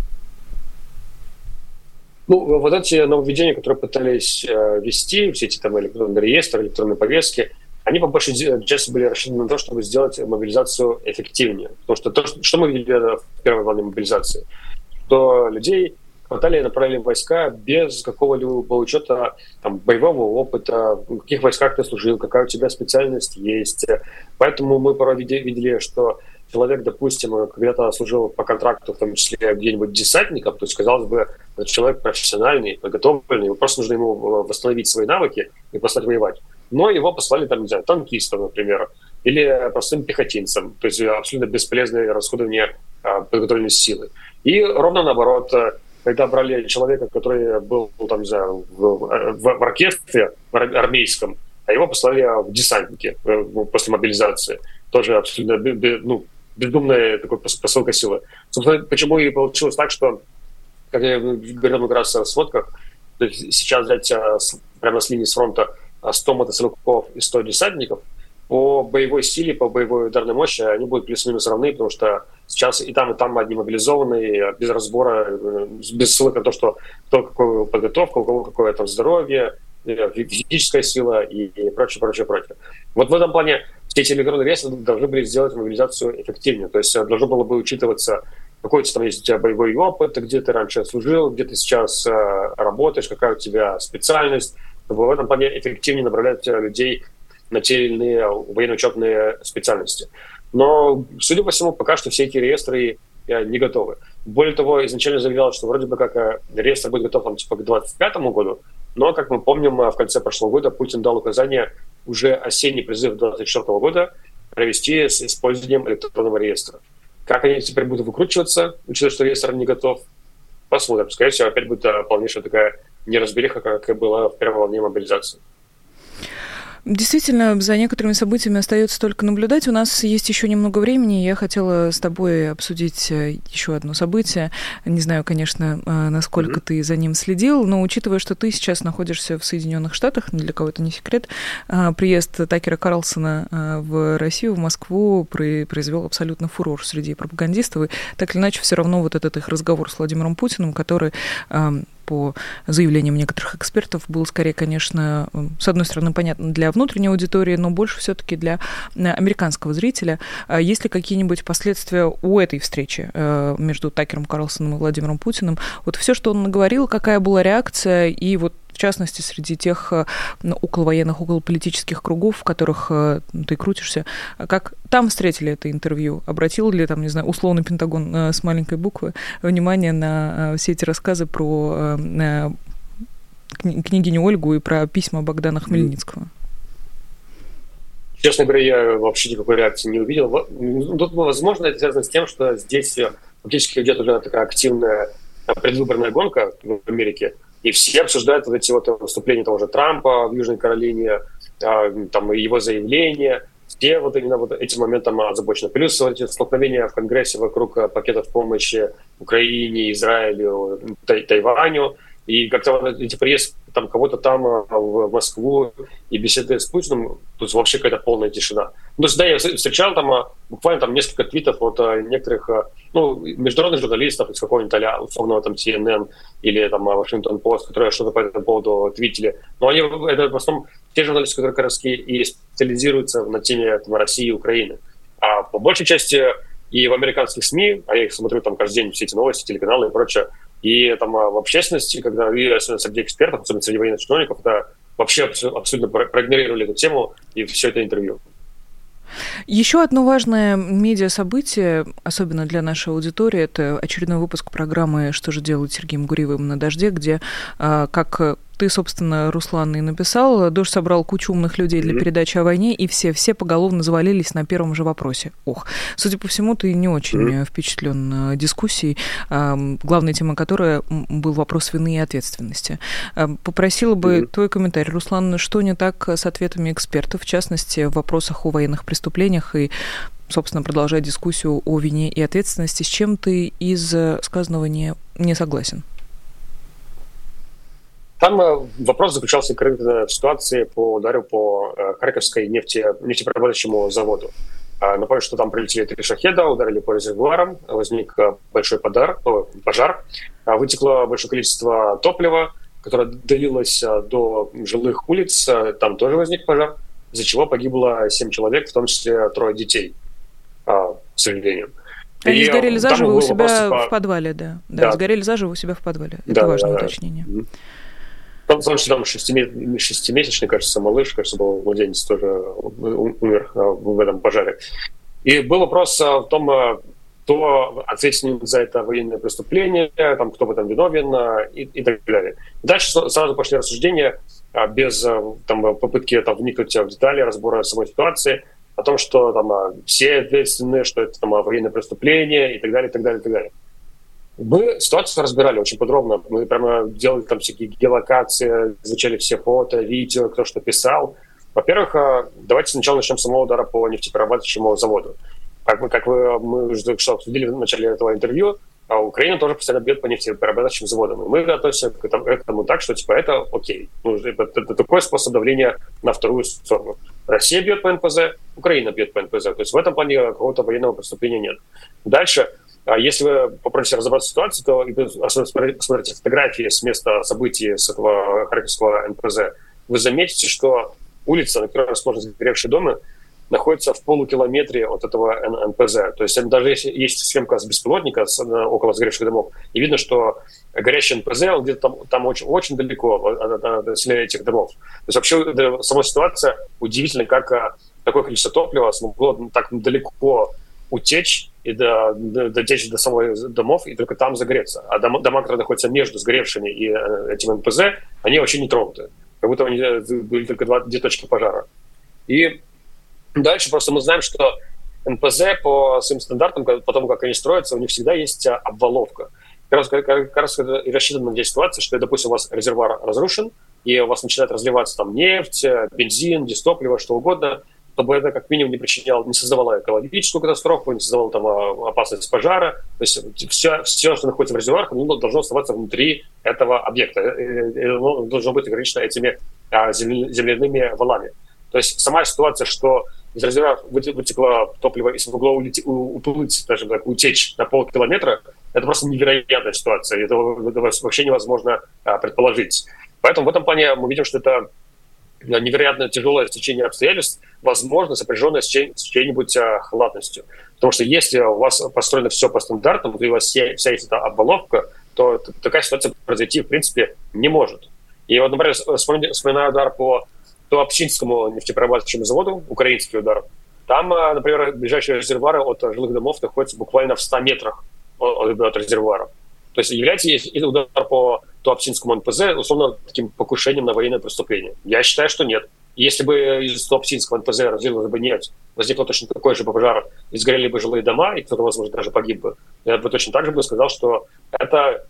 Ну, вот эти нововведения, которые пытались э, ввести, все эти там электронные реестры, электронные повестки, они по большей части были рассчитаны на то, чтобы сделать мобилизацию эффективнее. Потому что то, что мы видели в первой волне мобилизации, что людей хватали и направили в войска без какого-либо учета там, боевого опыта, в каких войсках ты служил, какая у тебя специальность есть. Поэтому мы порой видели, что человек, допустим, когда-то служил по контракту, в том числе где-нибудь десантником, то есть, казалось бы, этот человек профессиональный, подготовленный, ему просто нужно ему восстановить свои навыки и послать воевать. Но его послали, там, не знаю, танкистом, например, или простым пехотинцем, то есть абсолютно бесполезное расходование а, подготовленной силы. И ровно наоборот, когда брали человека, который был, там, не знаю, в, в, в оркестре в армейском, а его послали в десантники после мобилизации, тоже абсолютно, ну, бездумная такой посылка силы. Собственно, почему и получилось так, что, как я говорил много раз в сводках, сейчас взять прямо с линии с фронта сто мотострелков и сто десантников, по боевой силе, по боевой ударной мощи они будут плюс-минус равны, потому что сейчас и там, и там одни мобилизованные, без разбора, без ссылок на то, что кто какую подготовку, у кого какое там здоровье, физическая сила и, и прочее, прочее, прочее. Вот в этом плане все эти электронные реестры должны были сделать мобилизацию эффективнее. То есть должно было бы учитываться, какой там есть у тебя боевой опыт, где ты раньше служил, где ты сейчас э, работаешь, какая у тебя специальность, чтобы в этом плане эффективнее направлять людей на те или иные военно-учебные специальности. Но, судя по всему, пока что все эти реестры не готовы. Более того, изначально заявлялось, что вроде бы как реестр будет готов там, типа, к двадцать пятому году, но, как мы помним, в конце прошлого года Путин дал указание уже осенний призыв двадцать четвёртого года провести с использованием электронного реестра. Как они теперь будут выкручиваться, учитывая, что реестр не готов, посмотрим. Скорее всего, опять будет полнейшая такая неразбериха, как и была в первой волне мобилизации. Действительно, за некоторыми событиями остается только наблюдать. У нас есть еще немного времени. Я хотела с тобой обсудить еще одно событие. Не знаю, конечно, насколько mm-hmm. ты за ним следил, но учитывая, что ты сейчас находишься в Соединенных Штатах, ни для кого это не секрет, приезд Такера Карлсона в Россию, в Москву произвел абсолютно фурор среди пропагандистов. И так или иначе, все равно вот этот их разговор с Владимиром Путиным, который, по заявлениям некоторых экспертов, был скорее, конечно, с одной стороны, понятно для внутренней аудитории, но больше все-таки для американского зрителя. Есть ли какие-нибудь последствия у этой встречи между Такером Карлсоном и Владимиром Путиным? Вот все, что он наговорил, какая была реакция, и вот в частности, среди тех околовоенных, околополитических кругов, в которых ты крутишься, как там встретили это интервью? Обратил ли, там, не знаю, условный Пентагон с маленькой буквы внимание на все эти рассказы про княгиню Ольгу и про письма Богдана Хмельницкого? Честно говоря, я вообще никакой реакции не увидел. Тут, возможно, это связано с тем, что здесь фактически идет уже такая активная предвыборная гонка в Америке, и все обсуждают вот эти вот выступления того же Трампа в Южной Каролине, там его заявления. Все вот именно вот этим моментом озабочены. Плюс вот эти столкновения в Конгрессе вокруг пакетов помощи Украине, Израилю, Тай- Тайваню. И как-то эти приезд там кого-то там в Москву и беседы с Путиным, тут вообще какая-то полная тишина. Ну, да, я встречал там буквально там несколько твитов от некоторых, ну, международных журналистов из какого-нибудь а условного там Си Эн Эн или там Вашингтон Пост, которые что-то по этому поводу твитили. Но они, это в основном те журналисты, которые как раз и специализируются на теме там, России и Украины. А по большей части и в американских СМИ, а я их смотрю там каждый день, все эти новости, телеканалы и прочее, и там в общественности, когда и особенно среди экспертов, особенно среди военных чиновников, это вообще абсолютно проигнорировали эту тему и все это интервью. Еще одно важное медиасобытие, особенно для нашей аудитории, это очередной выпуск программы «Что же делать с Сергеем Гуриевым на дожде», где, как ты, собственно, Руслан, и написал, «Дождь» собрал кучу умных людей для mm-hmm. передачи о войне, и все, все поголовно завалились на первом же вопросе. Ох, судя по всему, ты не очень mm-hmm. впечатлен дискуссией, главной темой которой был вопрос вины и ответственности. Попросила бы mm-hmm. твой комментарий, Руслан, что не так с ответами экспертов, в частности, в вопросах о военных преступлениях и, собственно, продолжать дискуссию о вине и ответственности. С чем ты из сказанного не, не согласен? Там вопрос заключался в ситуации по удару по Харьковской нефте, нефтеперерабатывающему заводу. Напомню, что там прилетели три шахеда, ударили по резервуарам, возник большой подар, пожар, вытекло большое количество топлива, которое долилось до жилых улиц, там тоже возник пожар, из-за чего погибло семь человек, в том числе трое детей, к сожалению. Они и сгорели заживо у себя по... в подвале, да. да. Да, сгорели заживо у себя в подвале. Это да, важное да, уточнение. Да. Потому что там шестимесячный, кажется, малыш, кажется, был младенец, тоже умер в этом пожаре. И был вопрос в том, кто ответственен за это военное преступление, там, кто в этом виновен и, и так далее. Дальше сразу пошли рассуждения без там, попытки там, вникнуть в детали разбора самой ситуации, о том, что там, все ответственны, что это там, военное преступление и так далее, и так далее, и так далее. Мы ситуацию разбирали очень подробно. Мы прямо делали там всякие геолокации, изучали все фото, видео, кто что писал. Во-первых, давайте сначала начнем с самого удара по нефтеперерабатывающему заводу. Как, мы, как вы, мы уже что обсудили в начале этого интервью, Украина тоже постоянно бьет по нефтеперерабатывающим заводам. И мы относимся к этому, к этому так, что типа это окей. Ну, это, это такой способ давления на вторую сторону. Россия бьет по эн пэ зэ, Украина бьет по эн пэ зэ. То есть в этом плане какого-то военного преступления нет. Дальше. Если вы попросите разобраться в ситуации, то посмотрите фотографии с места событий с этого Харьковского эн пэ зэ, вы заметите, что улица, на которой расположены сгоревшие дома, находится в полукилометре от этого эн пэ зэ. То есть даже если есть съемка с беспилотника с, около сгоревших домов, и видно, что горящий эн пэ зэ, он где-то там, там очень, очень далеко от, от, от этих домов. То есть вообще сама ситуация удивительна, как такое количество топлива смогло так далеко утечь и до, до, дотечь до самых домов, и только там загореться. А дома, дома, которые находятся между сгоревшими и этим эн пэ зэ, они вообще не тронуты. Как будто они были только два, две точки пожара. И дальше просто мы знаем, что эн пэ зэ по своим стандартам, по тому, как они строятся, у них всегда есть обваловка. Как раз, как, как раз и рассчитана на ситуация, что, допустим, у вас резервуар разрушен, и у вас начинает разливаться там нефть, бензин, дистопливо, что угодно, чтобы это как минимум не причиняло, не создавало экологическую катастрофу, не создавало там опасность пожара. То есть все, все что находится в резервуарах, должно оставаться внутри этого объекта. Оно должно быть ограничено этими земляными валами. То есть сама ситуация, что из резервуара вытекло топливо и смогло уплыть, скажем так, утечь на полкилометра, это просто невероятная ситуация. Это, это вообще невозможно предположить. Поэтому в этом плане мы видим, что это невероятно тяжелое стечение обстоятельств, возможно, сопряженное с, чьей- с чьей-нибудь а, халатностью. Потому что если у вас построено все по стандартам, то у вас вся, вся эта обваловка, то т- такая ситуация произойти, в принципе, не может. И вот, например, вспоминаю удар по Туапсинскому нефтеперерабатывающему заводу, украинский удар. Там, например, ближайшие резервуары от жилых домов находятся буквально в ста метрах от, от резервуаров. То есть является ли удар по Туапсинскому эн пэ зэ условно таким покушением на военное преступление? Я считаю, что нет. Если бы из Туапсинского эн пэ зэ разлилось бы нефть, возникло точно такой же пожар, и сгорели бы жилые дома, и кто-то, возможно, даже погиб бы, я бы точно так же бы сказал, что это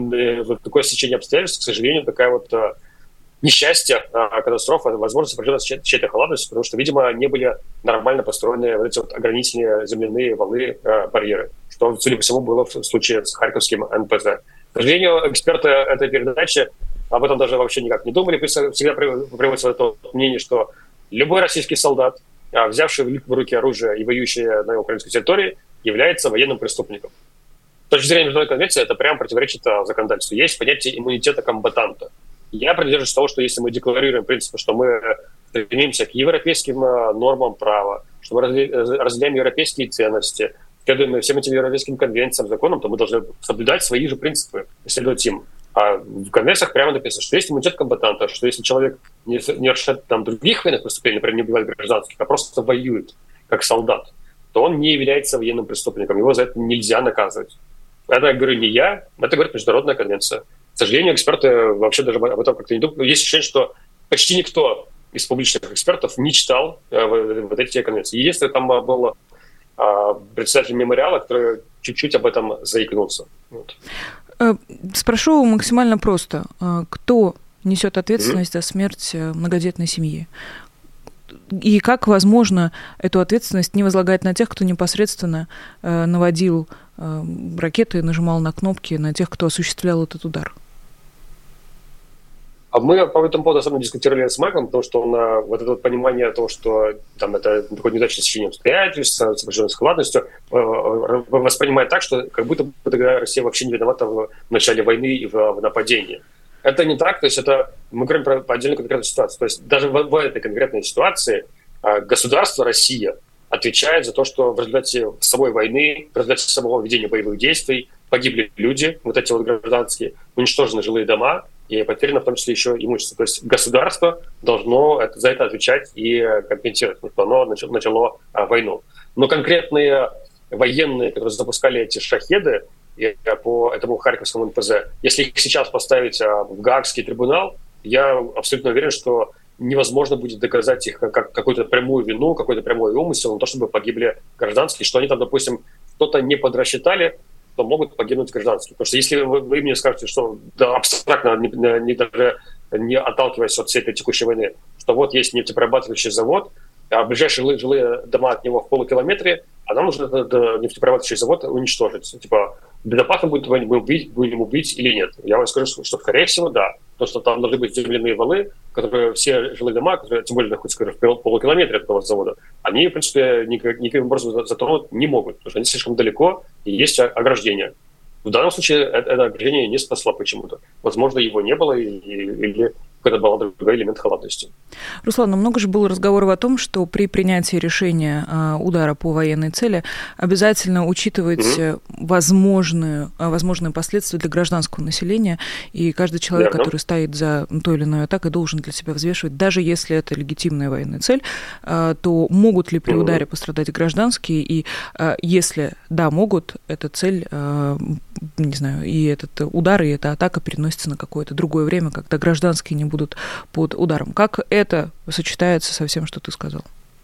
такое стечение обстоятельств, к сожалению, такая вот несчастье, катастрофа, возможно, сопряжена с чьей-то халатностью, потому что, видимо, не были нормально построены вот эти вот ограниченные земляные валы, барьеры, что, судя по всему, было в случае с Харьковским эн пэ зэ. К сожалению, эксперты этой передачи об этом даже вообще никак не думали. Всегда приводится это мнение, что любой российский солдат, взявший в руки оружие и воюющий на украинской территории, является военным преступником. С точки зрения Международной конвенции это прямо противоречит законодательству. Есть понятие иммунитета комбатанта. Я придерживаюсь того, что если мы декларируем принципы, что мы стремимся к европейским нормам права, что мы разделяем европейские ценности, следуем всем этим европейским конвенциям, законам, то мы должны соблюдать свои же принципы, следовать им. А в конвенциях прямо написано, что есть иммунитет комбатанта, что если человек не, не совершает там других военных преступлений, например, не убивает гражданских, а просто воюет как солдат, то он не является военным преступником. Его за это нельзя наказывать. Это, говорю, не я, это говорит Международная конвенция. К сожалению, эксперты вообще даже об этом как-то не думают. Есть ощущение, что почти никто из публичных экспертов не читал э, вот эти конвенции. Единственное, там был э, председатель мемориала, который чуть-чуть об этом заикнулся. Вот. Спрошу максимально просто. Кто несет ответственность mm-hmm. за смерть многодетной семьи? И как возможно эту ответственность не возлагать на тех, кто непосредственно наводил ракеты, нажимал на кнопки, на тех, кто осуществлял этот удар? А мы по этому поводу особенно дискутировали с Майклом, потому что он, вот это вот понимание того, что там это такое неудачное сечение обстоятельств, сопряженное с халатностью, воспринимает так, что как будто бы тогда Россия вообще не виновата в начале войны и в нападении. Это не так, то есть это мы говорим про отдельную конкретную ситуацию. То есть даже в, в этой конкретной ситуации государство Россия отвечает за то, что в результате самой войны, в результате самого ведения боевых действий погибли люди, вот эти вот гражданские, уничтожены жилые дома, и потеряно в том числе еще имущество. То есть государство должно это, за это отвечать и компенсировать, потому что оно начало, начало а, войну. Но конкретные военные, которые запускали эти шахеды и, а, по этому Харьковскому эн пэ зэ, если их сейчас поставить а, в Гаагский трибунал, я абсолютно уверен, что невозможно будет доказать их как какую-то прямую вину, какой-то прямой умысел на то, чтобы погибли гражданские, что они там, допустим, что-то не подрасчитали, то могут погибнуть гражданские. Потому что если вы, вы мне скажете, что да, абстрактно, не, не, даже не отталкиваясь от всей этой текущей войны, что вот есть нефтеперерабатывающий завод, а ближайшие жилые, жилые дома от него в полукилометре, а нам нужно этот нефтеперерабатывающий завод уничтожить. Типа, безопасно будет будем убить, будем убить или нет? Я вам скажу, что, скорее всего, да. Потому что там должны быть земляные валы, которые все жилые дома, которые тем более находятся в полукилометре от этого завода, они, в принципе, никак, никаким образом затронуть не могут, потому что они слишком далеко, и есть ограждение. В данном случае это, это ограждение не спасло почему-то. Возможно, его не было, или, или какой-то был другой элемент халатности. Руслан, ну много же было разговоров о том, что при принятии решения э, удара по военной цели обязательно учитывать mm-hmm. возможные, возможные последствия для гражданского населения, и каждый человек, yeah, который no. стоит за той или иной атакой, должен для себя взвешивать, даже если это легитимная военная цель, э, то могут ли при mm-hmm. ударе пострадать гражданские, и э, если да, могут, эта цель, э, не знаю, и этот удар, и эта атака переносится на какое-то другое время, когда гражданские не будут под ударом. Как это сочетается со всем, что ты сказал?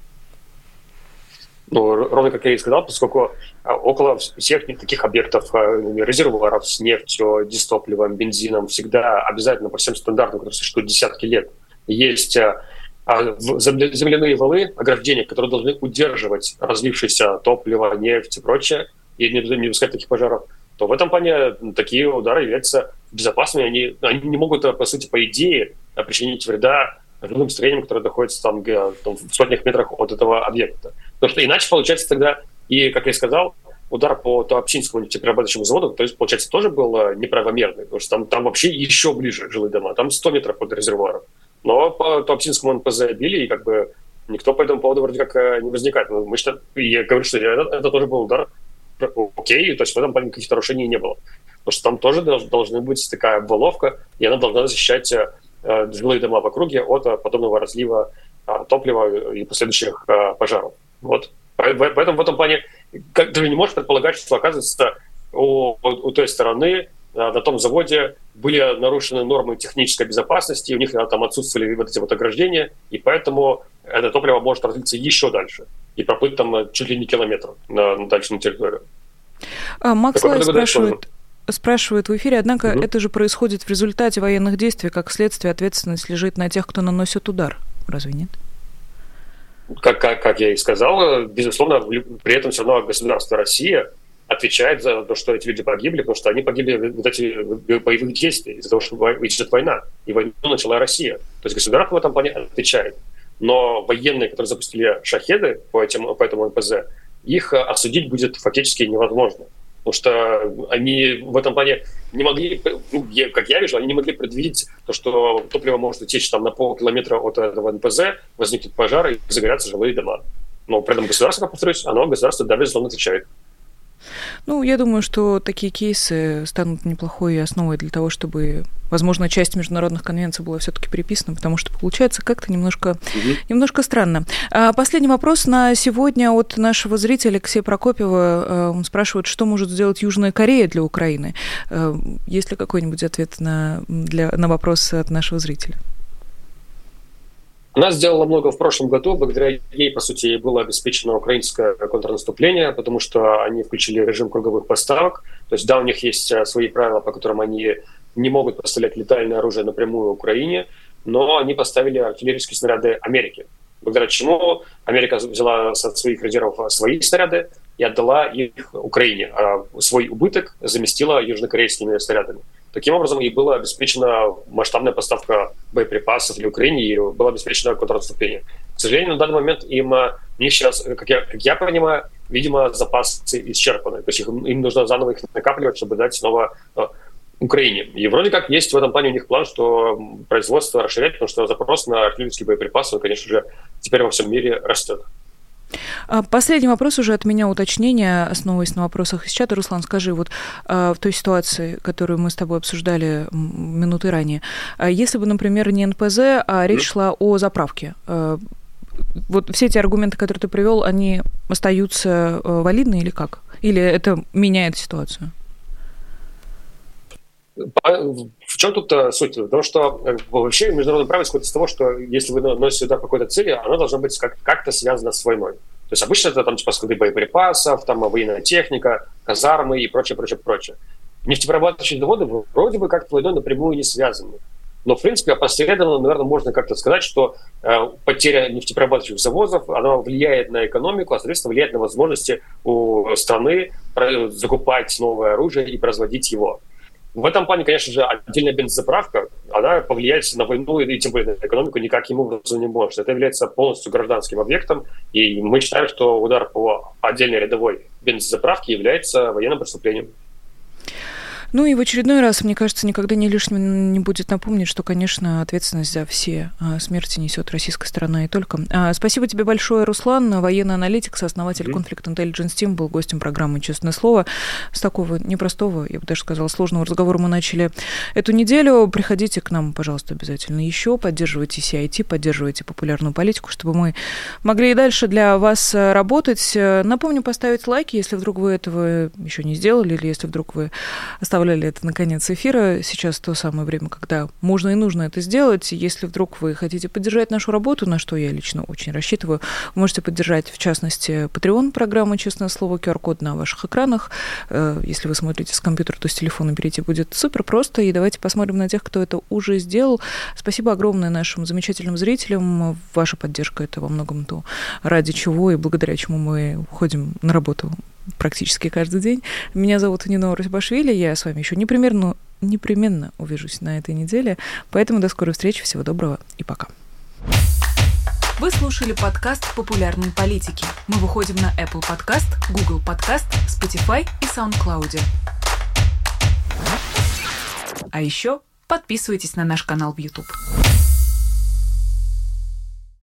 Ну, ровно как я и сказал, поскольку около всех таких объектов, резервуаров с нефтью, дистопливом, бензином, всегда обязательно по всем стандартам, которые существуют десятки лет, есть земляные валы, ограждения, которые должны удерживать разлившееся топливо, нефть и прочее, и не допускать таких пожаров, то в этом плане такие удары являются безопасными. Они, они не могут, по сути, по идее, причинить вреда жилым строениям, которые находятся там, там в сотнях метрах от этого объекта. Потому что иначе получается тогда, и, как я сказал, удар по Туапсинскому нефтеперерабатывающему заводу, то есть, получается, тоже был неправомерный, потому что там, там вообще еще ближе жилые дома, там сто метров от резервуаров. Но по Туапсинскому эн пэ зэ били, и как бы никто по этому поводу вроде как не возникает. Мы считаем, я говорю, что это, это тоже был удар окей, то есть в этом плане каких-то нарушений не было. Потому что там тоже долж, должна быть такая обваловка, и она должна защищать э, жилые дома в округе от э, подобного разлива э, топлива и последующих э, пожаров. Вот. Поэтому в этом плане как, ты же не можешь предполагать, что, оказывается, у, у, у той стороны э, на том заводе были нарушены нормы технической безопасности, у них там отсутствовали вот эти вот ограждения, и поэтому это топливо может разлиться еще дальше и проплыть там чуть ли не километр на, на дальше на территорию. А, Макс Лай спрашивает, спрашивает в эфире, однако угу. это же происходит в результате военных действий, как следствие ответственность лежит на тех, кто наносит удар. Разве нет? Как, как, как я и сказал, безусловно, при этом все равно государство Россия отвечает за то, что эти люди погибли, потому что они погибли в вот эти боевых действий из-за того, что идет война. И войну начала Россия. То есть государство в этом плане отвечает. Но военные, которые запустили шахеды по, этим, по этому эн пэ зэ, их осудить будет фактически невозможно. Потому что они в этом плане не могли, ну, как я вижу, они не могли предвидеть то, что топливо может утечь там, на полкилометра от этого эн пэ зэ, возникнет пожар и загорятся жилые дома. Но при этом государство, как повторюсь, оно государство, да, безусловно, отвечает. Ну, я думаю, что такие кейсы станут неплохой основой для того, чтобы, возможно, часть международных конвенций была все-таки переписана, потому что получается как-то немножко, угу. немножко странно. А последний вопрос на сегодня от нашего зрителя Алексея Прокопьева. Он спрашивает, что может сделать Южная Корея для Украины. Есть ли какой-нибудь ответ на, для, на вопрос от нашего зрителя? Она сделала много в прошлом году, благодаря ей, по сути, было обеспечено украинское контрнаступление, потому что они включили режим круговых поставок. То есть, да, у них есть свои правила, по которым они не могут поставлять летальное оружие напрямую Украине, но они поставили артиллерийские снаряды Америки, благодаря чему Америка взяла со своих резервов свои снаряды и отдала их Украине, а свой убыток заместила южнокорейскими снарядами. Таким образом, и была обеспечена масштабная поставка боеприпасов для Украины, и было обеспечено контрнаступление. К сожалению, на данный момент им, им сейчас, как я, как я понимаю, видимо, запасы исчерпаны. То есть им, им нужно заново их накапливать, чтобы дать снова Украине. И вроде как есть в этом плане у них план, что производство расширять, потому что запрос на артиллерийские боеприпасы, конечно же, теперь во всем мире растет. Последний вопрос уже от меня, уточнение, основываясь на вопросах из чата. Руслан, скажи, вот в той ситуации, которую мы с тобой обсуждали минуты ранее, если бы, например, не эн пэ зэ, а речь шла о заправке, вот все эти аргументы, которые ты привел, они остаются валидны или как? Или это меняет ситуацию? В чем тут суть? Потому что вообще международное право исходит из того, что если вы носите удар по какой-то цели, оно должно быть как- как-то связано с войной. То есть обычно это там типа склады боеприпасов, там военная техника, казармы и прочее, прочее, прочее. Нефтеперерабатывающие заводы вроде бы как-то войной напрямую не связаны. Но, в принципе, опосредованно, наверное, можно как-то сказать, что э, потеря нефтеперерабатывающих заводов, она влияет на экономику, а, соответственно, влияет на возможности у страны закупать новое оружие и производить его. В этом плане, конечно же, отдельная бензозаправка, она повлиять на войну и тем более на экономику никаким образом не может. Это является полностью гражданским объектом, и мы считаем, что удар по отдельной рядовой бензозаправке является военным преступлением. Ну и в очередной раз, мне кажется, никогда не лишним не будет напомнить, что, конечно, ответственность за все смерти несет российская сторона и только. Спасибо тебе большое, Руслан, военный аналитик, сооснователь mm-hmm. Conflict Intelligence Team, был гостем программы «Честное слово». С такого непростого, я бы даже сказала, сложного разговора мы начали эту неделю. Приходите к нам, пожалуйста, обязательно еще, поддерживайте си ай ти, поддерживайте популярную политику, чтобы мы могли и дальше для вас работать. Напомню, поставить лайки, если вдруг вы этого еще не сделали, или если вдруг вы оставляли это на конец эфира. Сейчас то самое время, когда можно и нужно это сделать. Если вдруг вы хотите поддержать нашу работу, на что я лично очень рассчитываю, вы можете поддержать, в частности, Patreon программы «Честное слово», ку ар код на ваших экранах. Если вы смотрите с компьютера, то с телефона берите, будет супер просто. И давайте посмотрим на тех, кто это уже сделал. Спасибо огромное нашим замечательным зрителям. Ваша поддержка — это во многом то, ради чего и благодаря чему мы ходим на работу практически каждый день. Меня зовут Нина Русибашвили, я с вами еще непременно, непременно увижусь на этой неделе, поэтому до скорой встречи, всего доброго и пока. Вы слушали подкаст «Популярные политики». Мы выходим на Apple Podcast, Google Podcast, Spotify и SoundCloud. А еще подписывайтесь на наш канал в YouTube.